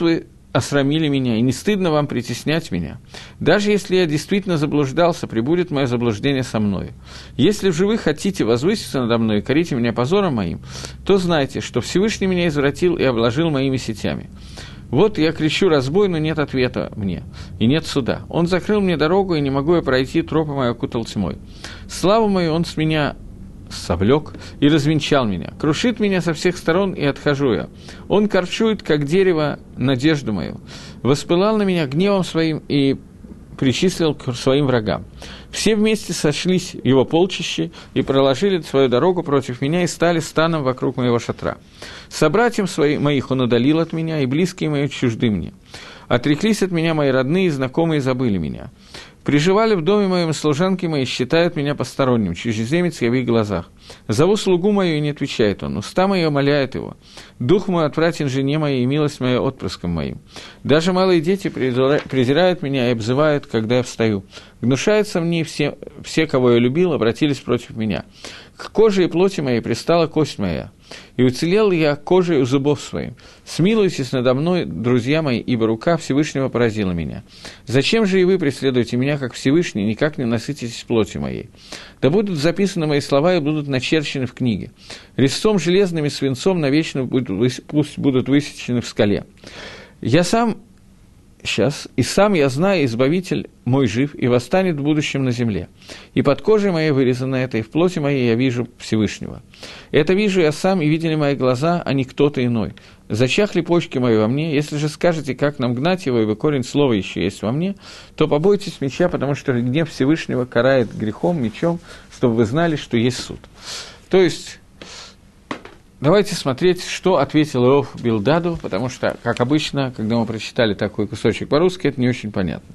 Speaker 1: осрамили меня, и не стыдно вам притеснять меня. Даже если я действительно заблуждался, пребудет мое заблуждение со мною. Если же вы хотите возвыситься надо мной и корите меня позором моим, то знайте, что Всевышний меня извратил и обложил моими сетями. Вот я кричу разбой, но нет ответа мне, и нет суда. Он закрыл мне дорогу, и не могу я пройти, тропы мои окутал тьмой. Славу мою он с меня совлек и развенчал меня, крушит меня со всех сторон, и отхожу я. Он корчует, как дерево, надежду мою, воспылал на меня гневом своим и причислил к своим врагам. Все вместе сошлись его полчищи и проложили свою дорогу против меня и стали станом вокруг моего шатра. Собратьям своим моих он удалил от меня, и близкие мои чужды мне. Отреклись от меня мои родные и знакомые, забыли меня. Приживали в доме моем служанки мои, считают меня посторонним, чужеземец я в их глазах. Зову слугу мою, и не отвечает он, уста мои умоляют его. Дух мой отвратен жене моей, и милость моя отпрыском моим. Даже малые дети презирают меня и обзывают, когда я встаю. Гнушаются мне все, все, кого я любил, обратились против меня. К коже и плоти моей пристала кость моя, и уцелел я кожей у зубов своим. Смилуйтесь надо мной, друзья мои, ибо рука Всевышнего поразила меня. Зачем же и вы преследуете меня, как Всевышний, никак не насытитесь плотью моей? Да будут записаны мои слова и будут начерчены в книге. Резцом железным и свинцом навечно будут, пусть будут высечены в скале. Я сам... Сейчас. «И сам я знаю, Избавитель мой жив, и восстанет в будущем на земле. И под кожей моей вырезано это, и в плоти моей я вижу Всевышнего. Это вижу я сам, и видели мои глаза, а не кто-то иной. Зачахли почки мои во мне, если же скажете, как нам гнать его, ибо корень слова еще есть во мне, то побойтесь меча, потому что гнев Всевышнего карает грехом, мечом, чтобы вы знали, что есть суд». То есть... Давайте смотреть, что ответил Иов Билдаду, потому что, как обычно, когда мы прочитали такой кусочек по-русски, это не очень понятно.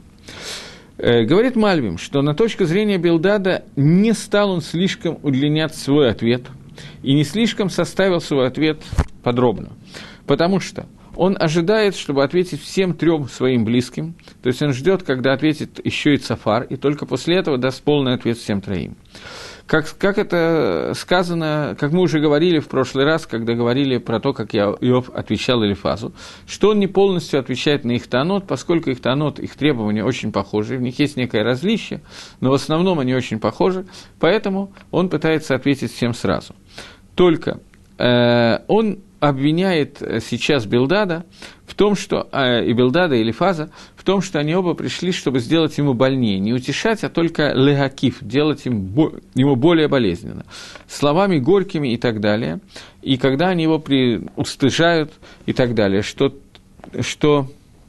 Speaker 1: Э, говорит Мальбим, что на точку зрения Билдада не стал он слишком удлинять свой ответ и не слишком составил свой ответ подробно, потому что он ожидает, чтобы ответить всем трем своим близким, то есть он ждет, когда ответит еще и Цафар, и только после этого даст полный ответ всем троим. Как, как это сказано, как мы уже говорили в прошлый раз, когда говорили про то, как Иов отвечал Элифазу, что он не полностью отвечает на их таанот, поскольку их таанот, их требования очень похожи, в них есть некое различие, но в основном они очень похожи, поэтому он пытается ответить всем сразу. Только э, он обвиняет сейчас Билдада в том, что, э, и Билдада, и Элифаза, в том, что они оба пришли, чтобы сделать ему больнее, не утешать, а только легакив, делать им, ему более болезненно, словами горькими и так далее. И когда они его при, устыжают и так далее, что, что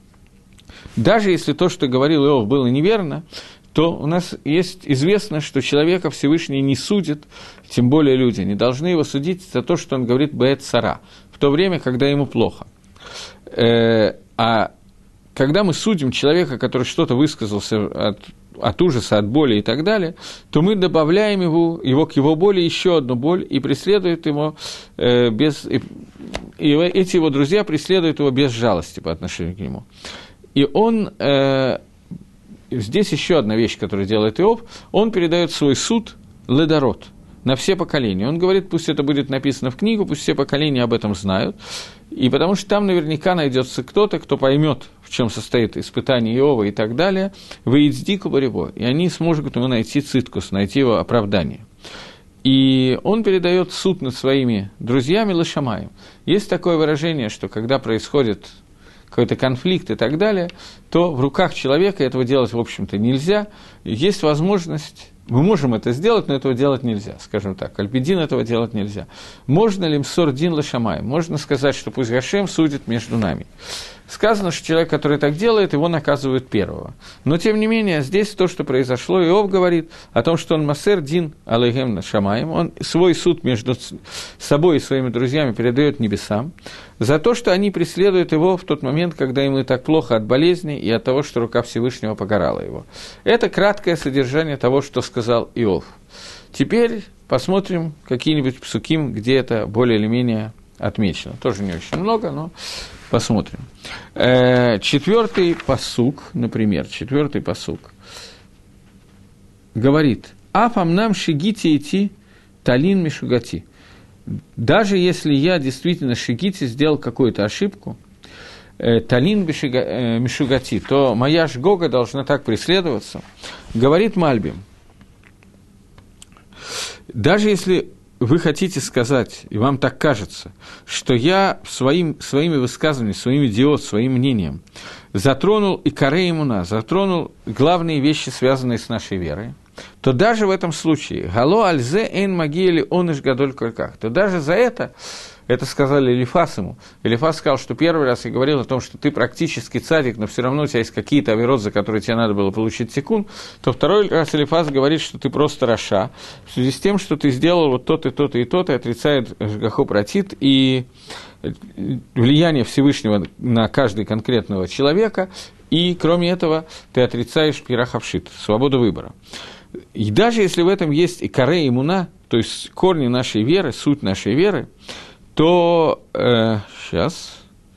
Speaker 1: даже если то, что говорил Иов, было неверно, то у нас есть известно, что человека Всевышний не судит, тем более люди, не должны его судить за то, что он говорит «бээт сара», в то время, когда ему плохо. Э, а когда мы судим человека, который что-то высказался от, от ужаса, от боли и так далее, то мы добавляем его, его к его боли еще одну боль и преследуют его э, без... И, и эти его друзья преследуют его без жалости по отношению к нему. И он... Э, здесь еще одна вещь, которую делает Иов, он передает свой суд ледород, на все поколения. Он говорит, пусть это будет написано в книгу, пусть все поколения об этом знают, и потому что там наверняка найдется кто-то, кто поймет, в чем состоит испытание Иова и так далее, выедздику боребо, и они смогут ему найти циткус, найти его оправдание. И он передает суд над своими друзьями лешамаем. Есть такое выражение, что когда происходит какой-то конфликт и так далее, то в руках человека этого делать, в общем-то, нельзя. Есть возможность, мы можем это сделать, но этого делать нельзя, скажем так. Альпидин этого делать нельзя. Можно ли мсор дин лашамай? Можно сказать, что пусть Гашем судит между нами. Сказано, что человек, который так делает, его наказывают первого. Но, тем не менее, здесь то, что произошло, Иов говорит о том, что он масер дин алейхем шамаем, он свой суд между собой и своими друзьями передает небесам, за то, что они преследуют его в тот момент, когда ему так плохо от болезни и от того, что рука Всевышнего покарала его. Это краткое содержание того, что сказал Иов. Теперь посмотрим какие-нибудь псуким, где это более или менее отмечено. Тоже не очень много, но посмотрим. Э, четвертый пасук, например, четвертый пасук говорит: «Афам нам шигити идти талин мишугати». Даже если я действительно шигити сделал какую-то ошибку, талин мишугати, то моя жгога должна так преследоваться. Говорит Мальбим, даже если вы хотите сказать, и вам так кажется, что я своим, своими высказываниями, своим идиот, своим мнением затронул и каре имуна, затронул главные вещи, связанные с нашей верой, то даже в этом случае «Гало альзе эйн магиели оныш гадоль кольках», то даже за это, это сказали Элифас ему, Элифас сказал, что первый раз я говорил о том, что ты практически цадик, но все равно у тебя есть какие-то авирот, за которые тебе надо было получить тикун, то второй раз Элифас говорит, что ты просто раша, в связи с тем, что ты сделал вот то-то и то-то и то-то, и отрицает Гаху Пратит и влияние Всевышнего на каждого конкретного человека, и кроме этого ты отрицаешь пирахавшит, свободу выбора. И даже если в этом есть и каре имуна, то есть корни нашей веры, суть нашей веры, то э, сейчас,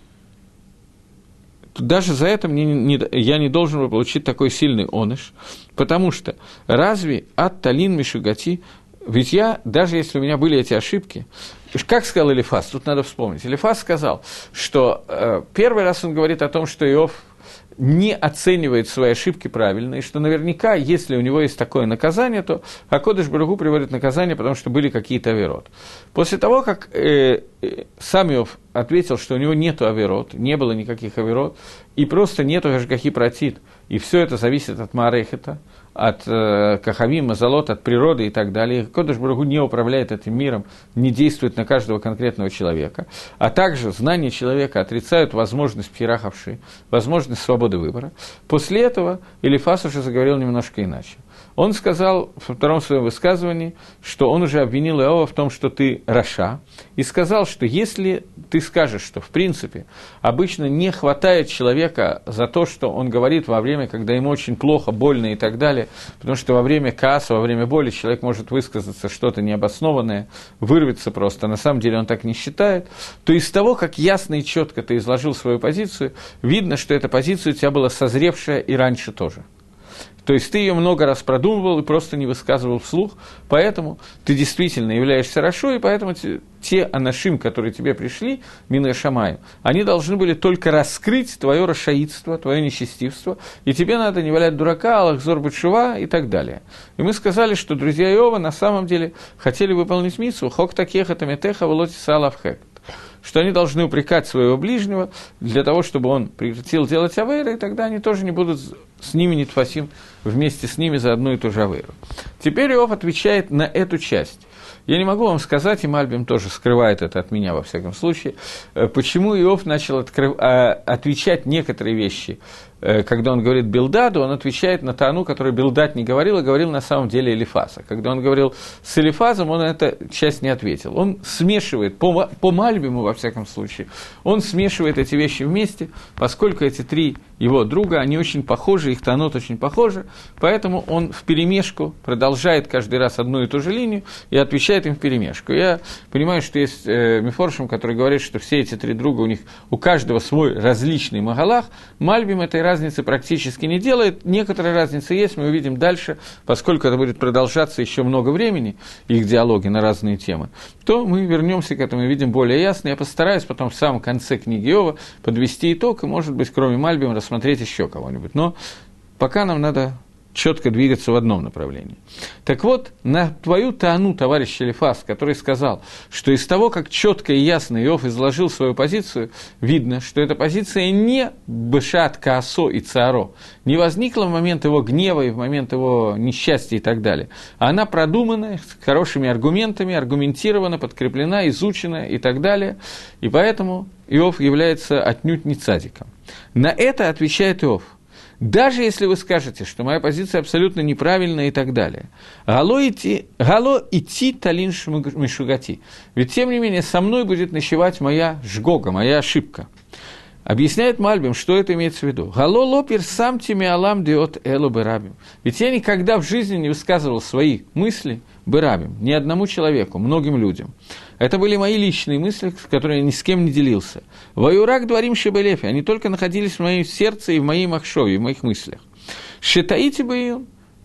Speaker 1: то даже за это мне не, я не должен был получить такой сильный оныш, потому что разве ат талин мишугати, ведь я, даже если у меня были эти ошибки, как сказал Элифас, тут надо вспомнить, Элифас сказал, что э, первый раз он говорит о том, что Иов не оценивает свои ошибки правильно, и что наверняка, если у него есть такое наказание, то Акодыш Барух Ху приводит наказание, потому что были какие-то авирот. После того, как э, э, сам Иов ответил, что у него нет авирот, не было никаких авирот, и просто нету гашгахи пратит, и все это зависит от Маарехета, от э, Кахавим, Мазалот, от природы и так далее. Акодыш Барух Ху не управляет этим миром, не действует на каждого конкретного человека, а также знания человека отрицают возможность пхирахавши, возможность свободы выбора. После этого Элифас уже заговорил немножко иначе. Он сказал во втором своем высказывании, что он уже обвинил Иова в том, что ты раша, и сказал, что если ты скажешь, что в принципе обычно не хватает человека за то, что он говорит во время, когда ему очень плохо, больно и так далее, потому что во время кааса, во время боли человек может высказаться что-то необоснованное, вырвется просто, на самом деле он так не считает, то из того, как ясно и четко ты изложил свою позицию, видно, что эта позиция у тебя была созревшая и раньше тоже. То есть ты ее много раз продумывал и просто не высказывал вслух, поэтому ты действительно являешься рашо, и поэтому те, те анашим, которые тебе пришли, минэ шамаим, они должны были только раскрыть твое рашаидство, твое нечестивство, и тебе надо не валять дурака, алахзор бетшува и так далее. И мы сказали, что друзья Иова на самом деле хотели выполнить мицву хок такеха тамитеха волоти салавхек, что они должны упрекать своего ближнего для того, чтобы он прекратил делать авейры, и тогда они тоже не будут с ними нитфасим вместе с ними за одну и ту же авейру. Теперь Иов отвечает на эту часть. Я не могу вам сказать, и Мальбим тоже скрывает это от меня во всяком случае, почему Иов начал открыв... отвечать некоторые вещи. Когда он говорит Билдаду, он отвечает на Таану, которую Билдад не говорил, а говорил на самом деле Элифаса. Когда он говорил с Элифазом, он на эту часть не ответил. Он смешивает, по, по Мальбиму во всяком случае, он смешивает эти вещи вместе, поскольку эти три его друга, они очень похожи, их Таанот очень похожи, поэтому он вперемешку продолжает каждый раз одну и ту же линию и отвечает им вперемешку. Я понимаю, что есть э, мифоршим, который говорит, что все эти три друга, у них у каждого свой различный магалах. Мальбим этой разницы практически не делает. Некоторая разница есть, мы увидим дальше, поскольку это будет продолжаться еще много времени, их диалоги на разные темы, то мы вернемся к этому и видим более ясно. Я постараюсь потом в самом конце книги Иова подвести итог, и, может быть, кроме Мальбима, рассмотреть еще кого-нибудь. Но пока нам надо четко двигаться в одном направлении. Так вот, на твою Таану, товарищ Элифас, который сказал, что из того, как четко и ясно Иов изложил свою позицию, видно, что эта позиция не бешат, каасо и цааро, не возникла в момент его гнева и в момент его несчастья и так далее, а она продумана, с хорошими аргументами, аргументирована, подкреплена, изучена и так далее, и поэтому Иов является отнюдь не цадиком. На это отвечает Иов. Даже если вы скажете, что моя позиция абсолютно неправильная и так далее. Гало идти, гало идти талин мишугати. Ведь, тем не менее, со мной будет ночевать моя жгога, моя ошибка. Объясняет Мальбим, что это имеется в виду. Гало лопер сам тими алам диот элу берабим. Ведь я никогда в жизни не высказывал свои мысли берабим, ни одному человеку, многим людям. Это были мои личные мысли, которые я ни с кем не делился. Ваюрак дворим шебелефи, они только находились в моем сердце и в моей махшове, в моих мыслях. Шетаити бы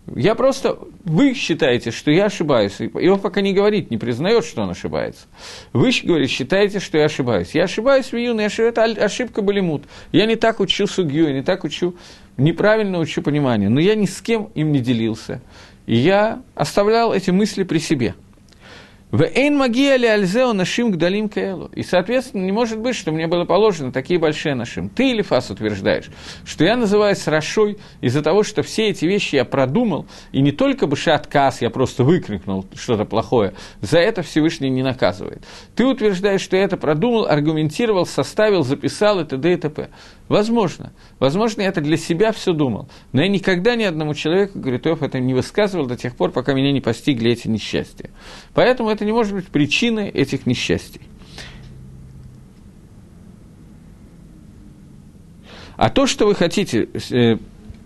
Speaker 1: Я просто, вы считаете, что я ошибаюсь. Иов пока не говорит, не признает, что он ошибается. Вы, говорит, считаете, что я ошибаюсь. Я ошибаюсь в июне, это ошибка балимут. Я не так учу сугью, я не так учу, неправильно учу понимание. Но я ни с кем им не делился. И я оставлял эти мысли при себе. «Вэйн магия ли альзео нашим гдалим каэлу». И, соответственно, не может быть, что мне было положено такие большие нашим. Ты, Элифаз, утверждаешь, что я называюсь рашой из-за того, что все эти вещи я продумал, и не только бешат кас, я просто выкрикнул что-то плохое, за это Всевышний не наказывает. Ты утверждаешь, что я это продумал, аргументировал, составил, записал и т.д. и т.п. Возможно. Возможно, я это для себя все думал. Но я никогда ни одному человеку, говорит, Иов, это не высказывал до тех пор, пока меня не постигли эти несчастья. Поэтому это не может быть причиной этих несчастий. А то, что вы хотите, э,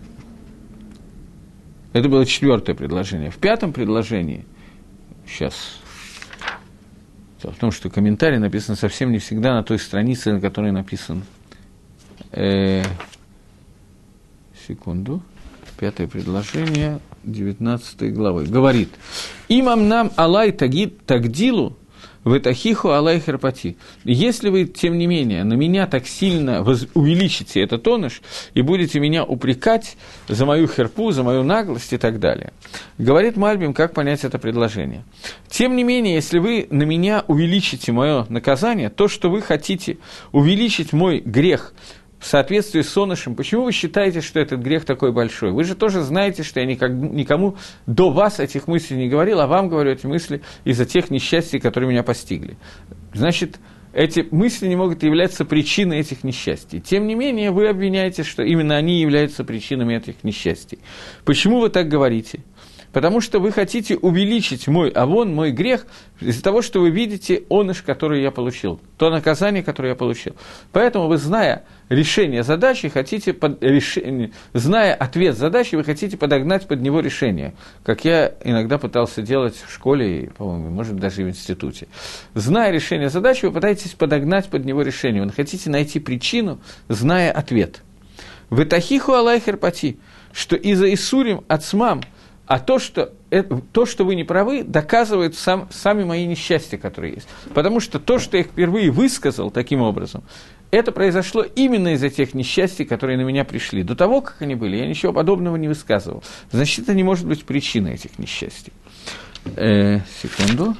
Speaker 1: это было четвертое предложение. В пятом предложении, сейчас, дело в том, что комментарий написан совсем не всегда на той странице, на которой написан. Э, секунду. Пятое предложение девятнадцатой главы. Говорит: «Имам нам алай тагид тагдилу вэтахиху алай херпати». Если вы, тем не менее, на меня так сильно воз... увеличите этот оныш и будете меня упрекать за мою херпу, за мою наглость и так далее. Говорит Мальбим, как понять это предложение. Тем не менее, если вы на меня увеличите мое наказание, то, что вы хотите увеличить мой грех в соответствии с онышем, почему вы считаете, что этот грех такой большой? Вы же тоже знаете, что я никому, никому до вас этих мыслей не говорил, а вам говорю эти мысли из-за тех несчастий, которые меня постигли. Значит, эти мысли не могут являться причиной этих несчастий. Тем не менее, вы обвиняете, что именно они являются причинами этих несчастий. Почему вы так говорите? Потому что вы хотите увеличить мой авон, мой грех, из-за того, что вы видите оныш, который я получил, то наказание, которое я получил. Поэтому вы, зная решение задачи, хотите под решение, зная ответ задачи, вы хотите подогнать под него решение, как я иногда пытался делать в школе, и, по-моему, может, даже и в институте. Зная решение задачи, вы пытаетесь подогнать под него решение, вы хотите найти причину, зная ответ. «Вэтахиху алай херпати», что из-за Исурим ацмам, а то что, это, то, что вы не правы, доказывают сам, сами мои несчастья, которые есть. Потому что то, что я впервые высказал таким образом, это произошло именно из-за тех несчастий, которые на меня пришли. До того, как они были, я ничего подобного не высказывал. Значит, это не может быть причиной этих несчастий. Э, секунду.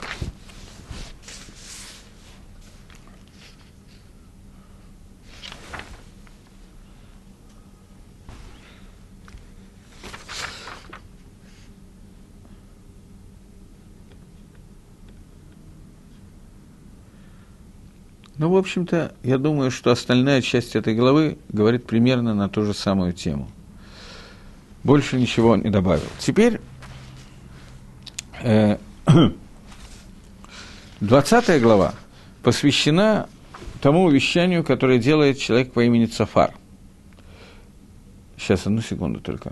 Speaker 1: Ну, в общем-то, я думаю, что остальная часть этой главы говорит примерно на ту же самую тему. Больше ничего не добавил. Теперь э, двадцатая глава посвящена тому увещанию, которое делает человек по имени Цафар. Сейчас, одну секунду только.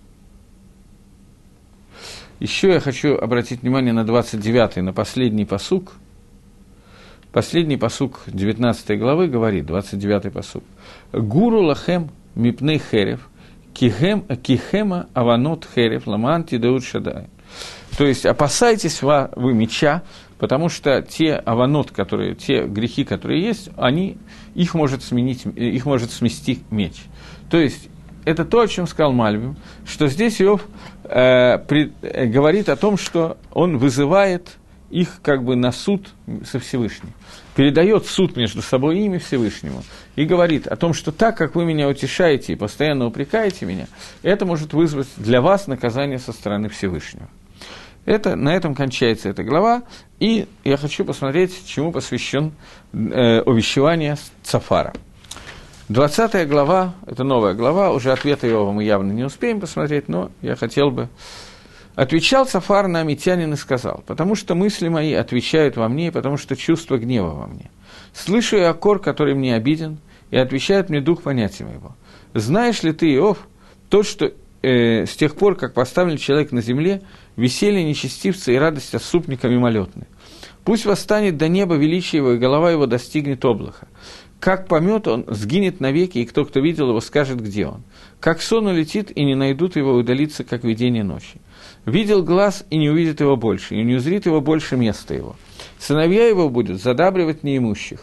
Speaker 1: Еще я хочу обратить внимание на двадцать девятый, на последний пасук. Последний пасук девятнадцатой главы говорит, двадцать девятый пасук: «Гуру лахем мипней херев, кихем, кихема аванот херев, ламан тидеут шадай». То есть, опасайтесь вы меча, потому что те аванот, которые, те грехи, которые есть, они, их, может сменить, их может смести меч. То есть, это то, о чем сказал Мальбим, что здесь Иов э, при, э, говорит о том, что он вызывает их как бы на суд со Всевышним, передает суд между собой и ими Всевышнему, и говорит о том, что так, как вы меня утешаете и постоянно упрекаете меня, это может вызвать для вас наказание со стороны Всевышнего. Это, на этом кончается эта глава, и я хочу посмотреть, чему посвящен э, увещевание Цафара. двадцатая глава, это новая глава, уже ответа Иова мы явно не успеем посмотреть, но я хотел бы... Отвечал Цафар на Амитянин и сказал: «Потому что мысли мои отвечают во мне, и потому что чувство гнева во мне. Слышу я окор, который мне обиден, и отвечает мне дух понятия моего. Знаешь ли ты, Иов, то, что э, с тех пор, как поставлен человек на земле, веселье нечестивца и радость отступника мимолетны. Пусть восстанет до неба величие его, и голова его достигнет облака. Как помет он, сгинет навеки, и кто, кто видел его, скажет, где он. Как сон улетит, и не найдут его, удалиться, как видение ночи. Видел глаз, и не увидит его больше, и не узрит его больше места его. Сыновья его будут задабривать неимущих.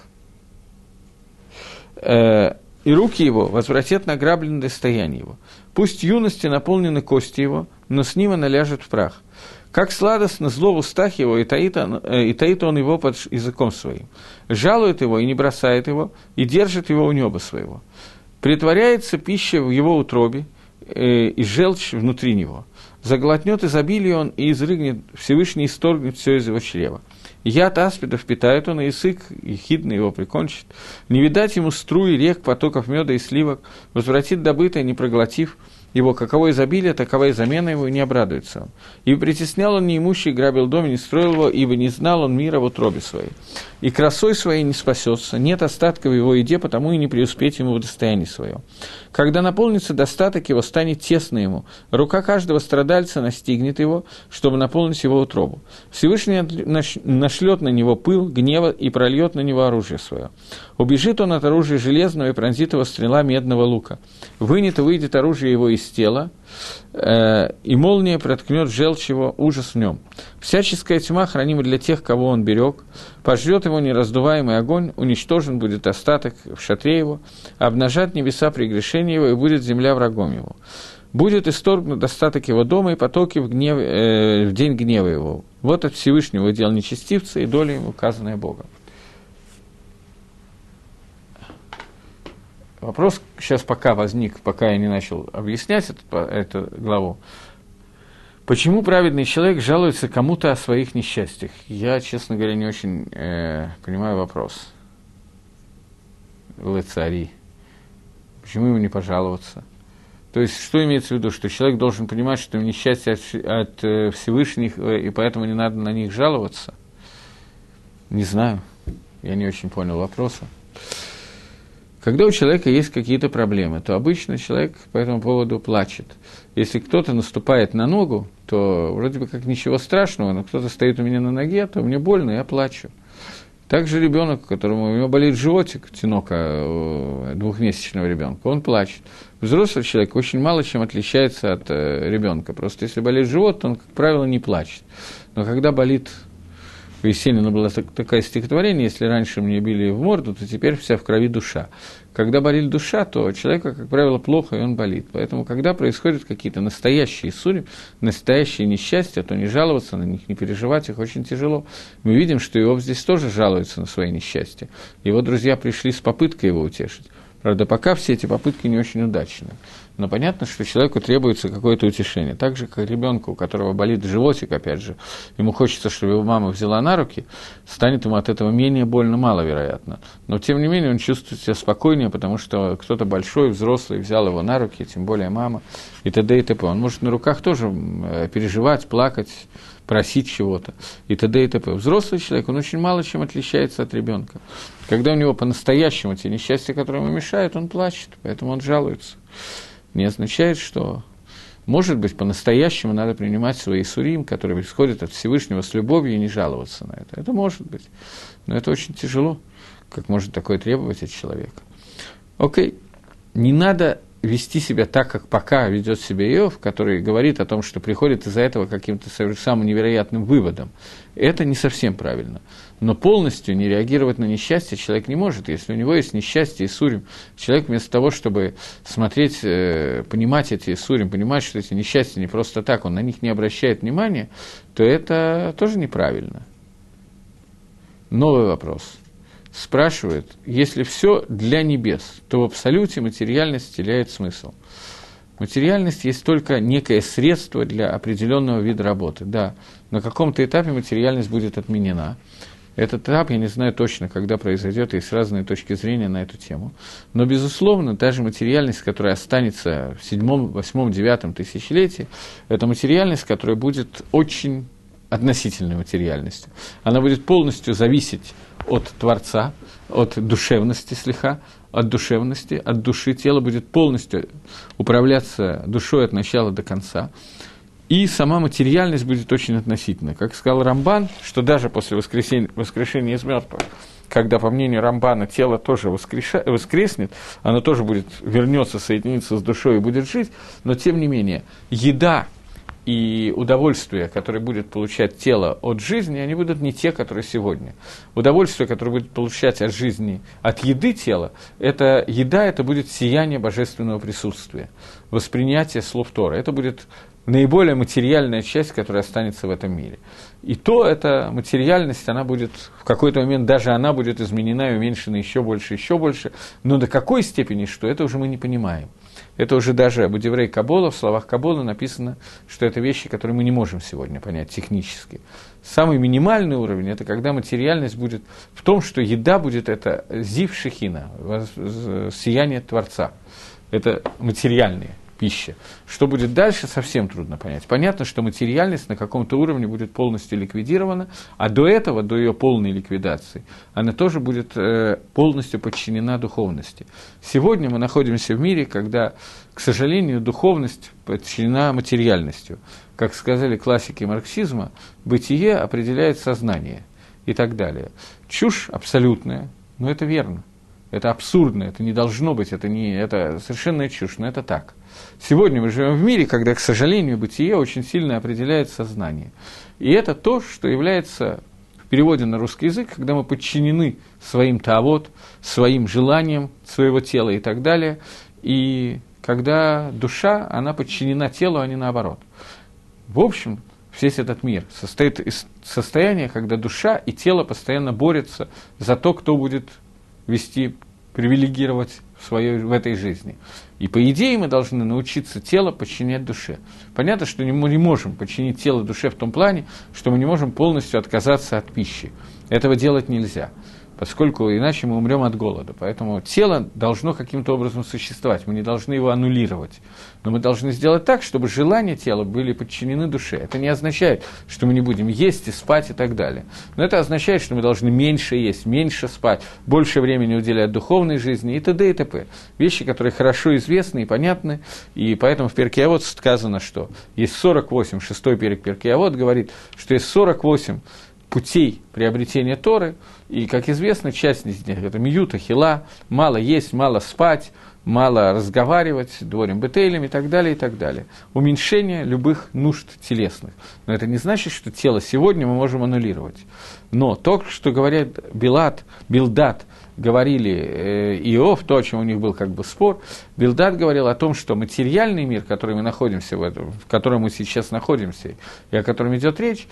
Speaker 1: Э, и руки его возвратят награбленное достояние его. Пусть юности наполнены кости его, но с ним она ляжет в прах. Как сладостно зло в устах его, и таит, он, и таит он его под языком своим. Жалует его и не бросает его, и держит его у неба своего. Притворяется пища в его утробе, э, и желчь внутри него. Заглотнет изобилие он, и изрыгнет, Всевышний исторгнет все из его чрева. Яд аспидов питает он, и язык ехидный его прикончит. Не видать ему струи рек, потоков меда и сливок, возвратит добытое, не проглотив его, каково изобилие, такова и замена его, и не обрадуется он. И притеснял он неимущий, грабил дом, и не строил его, ибо не знал он мира в утробе своей. И красой своей не спасется, нет остатка в его еде, потому и не преуспеть ему в достоянии своем. Когда наполнится достаток его, станет тесно ему, рука каждого страдальца настигнет его, чтобы наполнить его утробу. Всевышний нашлет на него пыл, гнева и прольет на него оружие свое. Убежит он от оружия железного и пронзит его стрела медного лука. Вынет и выйдет оружие его из тела, э, и молния проткнет желчь его, ужас в нем. Всяческая тьма хранима для тех, кого он берег, пожрет его нераздуваемый огонь, уничтожен будет остаток в шатре его, обнажат небеса прегрешения его, и будет земля врагом его. Будет исторгнут остаток его дома и потоки в, гнев, э, в день гнева его. Вот от Всевышнего удел нечестивца и доля ему указанная Богом. Вопрос сейчас пока возник, пока я не начал объяснять эту, эту главу. Почему праведный человек жалуется кому-то о своих несчастьях? Я, честно говоря, не очень э, понимаю вопрос. Лецари. Почему ему не пожаловаться? То есть, что имеется в виду? Что человек должен понимать, что им несчастье от, от э, Всевышних, э, и поэтому не надо на них жаловаться? Не знаю. Я не очень понял вопроса. Когда у человека есть какие-то проблемы, то обычно человек по этому поводу плачет. Если кто-то наступает на ногу, то вроде бы как ничего страшного, но кто-то стоит у меня на ноге, то мне больно, я плачу. Также ребенок, у которого у него болит животик, тинока двухмесячного ребенка, он плачет. Взрослый человек очень мало чем отличается от ребенка. Просто если болит живот, то он, как правило, не плачет. Но когда болит... У Есенина было такое стихотворение: если раньше мне били в морду, то теперь вся в крови душа. Когда болит душа, то человеку, как правило, плохо, и он болит. Поэтому, когда происходят какие-то настоящие ссоры, настоящие несчастья, то не жаловаться на них, не переживать их очень тяжело. Мы видим, что Иов здесь тоже жалуется на свои несчастья. Его друзья пришли с попыткой его утешить. Правда, пока все эти попытки не очень удачные. Но понятно, что человеку требуется какое-то утешение. Так же, как ребенку, у которого болит животик, опять же, ему хочется, чтобы его мама взяла на руки, станет ему от этого менее больно, маловероятно. Но, тем не менее, он чувствует себя спокойнее, потому что кто-то большой, взрослый взял его на руки, тем более мама, и т.д. и т.п. Он может на руках тоже переживать, плакать, просить чего-то, и т.д. и т.п. Взрослый человек, он очень мало чем отличается от ребенка. Когда у него по-настоящему те несчастья, которые ему мешают, он плачет, поэтому он жалуется. Не означает, что, может быть, по-настоящему надо принимать свои сурим, которые исходят от Всевышнего с любовью, и не жаловаться на это. Это может быть, но это очень тяжело, как может такое требовать от человека. Окей, не надо вести себя так, как пока ведет себя Иов, который говорит о том, что приходит из-за этого к каким-то самым невероятным выводам. Это не совсем правильно. Но полностью не реагировать на несчастье человек не может. Если у него есть несчастье и сурим, человек вместо того, чтобы смотреть, э, понимать эти сурим, понимать, что эти несчастья не просто так, он на них не обращает внимания, то это тоже неправильно. Новый вопрос. Спрашивают, если все для небес, то в абсолюте материальность теряет смысл. Материальность есть только некое средство для определенного вида работы. Да, на каком-то этапе материальность будет отменена. Этот этап, я не знаю точно, когда произойдет, есть разные точки зрения на эту тему. Но, безусловно, та же материальность, которая останется в седьмом, восьмом, девятом тысячелетии, это материальность, которая будет очень относительной материальностью. Она будет полностью зависеть от Творца, от душевности слиха, от душевности, от души. Тело будет полностью управляться душой от начала до конца. и сама материальность будет очень относительна. Как сказал Рамбан, что даже после воскресения, воскрешения из мертвых, когда, по мнению Рамбана, тело тоже воскреша, воскреснет, оно тоже будет, вернется, соединится с душой и будет жить, но, тем не менее, еда и удовольствие, которое будет получать тело от жизни, они будут не те, которые сегодня. Удовольствие, которое будет получать от жизни, от еды тела, это еда, это будет сияние божественного присутствия, воспринятие слов Торы. Это будет наиболее материальная часть, которая останется в этом мире. И то эта материальность, она будет, в какой-то момент даже она будет изменена и уменьшена еще больше, еще больше, но до какой степени, что это уже мы не понимаем. Это уже даже об Деврей Кабола, в словах Кабола написано, что это вещи, которые мы не можем сегодня понять технически. Самый минимальный уровень – это когда материальность будет в том, что еда будет это зив шехина, сияние Творца. Это материальные пища. Что будет дальше, совсем трудно понять. Понятно, что материальность на каком-то уровне будет полностью ликвидирована, а до этого, до ее полной ликвидации, она тоже будет э, полностью подчинена духовности. Сегодня мы находимся в мире, когда, к сожалению, духовность подчинена материальностью. Как сказали классики марксизма, бытие определяет сознание и так далее. Чушь абсолютная, но это верно. Это абсурдно, это не должно быть, это, не, это совершенная чушь, но это так. Сегодня мы живем в мире, когда, к сожалению, бытие очень сильно определяет сознание. И это то, что является в переводе на русский язык, когда мы подчинены своим таавот, своим желаниям своего тела и так далее, и когда душа, она подчинена телу, а не наоборот. В общем, весь этот мир состоит из состояния, когда душа и тело постоянно борются за то, кто будет вести, привилегировать в, своей, в этой жизни. И по идее мы должны научиться тело подчинять душе. Понятно, что мы не можем подчинить тело душе в том плане, что мы не можем полностью отказаться от пищи. Этого делать нельзя, поскольку иначе мы умрем от голода. Поэтому тело должно каким-то образом существовать, мы не должны его аннулировать. Но мы должны сделать так, чтобы желания тела были подчинены душе. Это не означает, что мы не будем есть и спать и так далее. Но это означает, что мы должны меньше есть, меньше спать, больше времени уделять духовной жизни и т.д. и т.п. Вещи, которые хорошо известны и понятны. И поэтому в Перкей Авот сказано, что есть сорок восемь, шестой перек Перкей Авот говорит, что есть сорок восемь путей приобретения Торы, и, как известно, часть из них – это миюта, хила, мало есть, мало спать, мало разговаривать, дворим бетейлем и так далее, и так далее. Уменьшение любых нужд телесных. Но это не значит, что тело сегодня мы можем аннулировать. Но то, что говорят Билат, Билдат, говорили э, Иов, то, о чем у них был как бы спор, Билдат говорил о том, что материальный мир, в котором мы находимся, в, этом, в котором мы сейчас находимся, и о котором идет речь,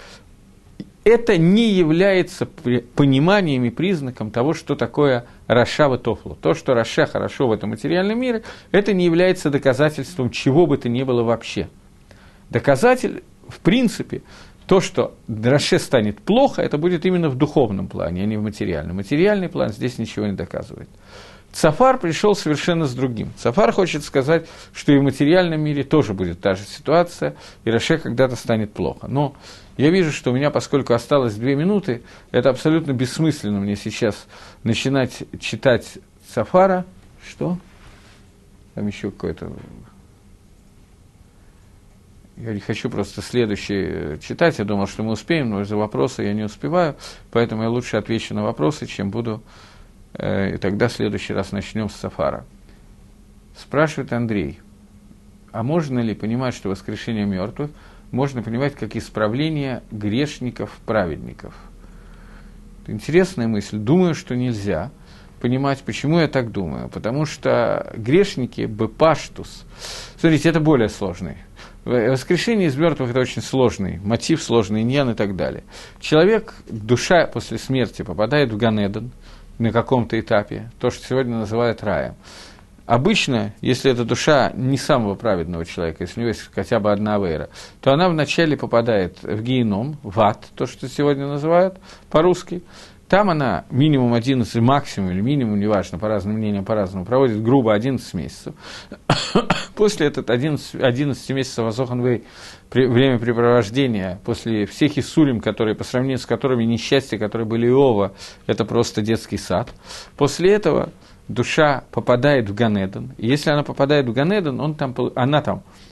Speaker 1: это не является пониманием и признаком того, что такое раша ватофлу. То, что раша хорошо в этом материальном мире, это не является доказательством чего бы то ни было вообще. Доказатель, в принципе, то, что раше станет плохо, это будет именно в духовном плане, а не в материальном. Материальный план здесь ничего не доказывает. Цафар пришел совершенно с другим. Цафар хочет сказать, что и в материальном мире тоже будет та же ситуация, и раше когда-то станет плохо. Но я вижу, что у меня, поскольку осталось две минуты, это абсолютно бессмысленно мне сейчас начинать читать Цафара. Что? Там еще какое-то... Я не хочу просто следующее читать, я думал, что мы успеем, но из-за вопроса я не успеваю, поэтому я лучше отвечу на вопросы, чем буду... И тогда в следующий раз начнем с Цафара. Спрашивает Андрей, а можно ли понимать, что воскрешение мертвых можно понимать как исправление грешников-праведников? Интересная мысль. Думаю, что нельзя понимать. Почему я так думаю? Потому что грешники бепаштус. Смотрите, это более сложный. Воскрешение из мертвых – это очень сложный мотив, сложный иньян и так далее. Человек, душа после смерти попадает в Ганеден на каком-то этапе, то, что сегодня называют раем. Обычно, если эта душа не самого праведного человека, если у него есть хотя бы одна авейра, то она вначале попадает в геном, в ад, то, что сегодня называют по-русски. Там она минимум одиннадцать, максимум или минимум, неважно, по разным мнениям, по-разному, проводит грубо одиннадцать месяцев. После этого одиннадцать, одиннадцать месяцев Азоханвей, времяпрепровождения, после всех иссурим, которые, по сравнению с которыми несчастья, которые были Иова, это просто детский сад. После этого душа попадает в Ганеден. И если она попадает в Ганеден, он там, она там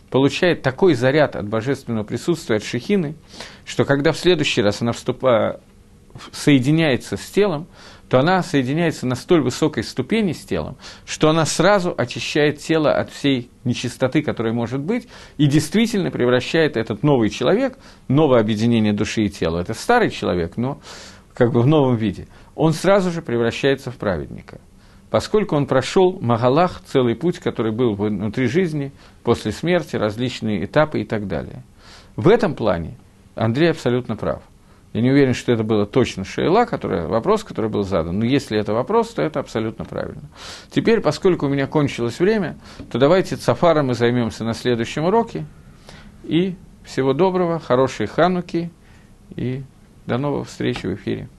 Speaker 1: получает такой заряд от божественного присутствия, от шехины, что когда в следующий раз она вступает, соединяется с телом, то она соединяется на столь высокой ступени с телом, что она сразу очищает тело от всей нечистоты, которая может быть, и действительно превращает этот новый человек, новое объединение души и тела, это старый человек, но как бы в новом виде, он сразу же превращается в праведника, поскольку он прошел Магалах, целый путь, который был внутри жизни, после смерти, различные этапы и так далее. В этом плане Андрей абсолютно прав. Я не уверен, что это было точно шейла, который, вопрос, который был задан, но если это вопрос, то это абсолютно правильно. Теперь, поскольку у меня кончилось время, то давайте цафара мы займемся на следующем уроке. И всего доброго, хорошей хануки, и до новых встреч в эфире.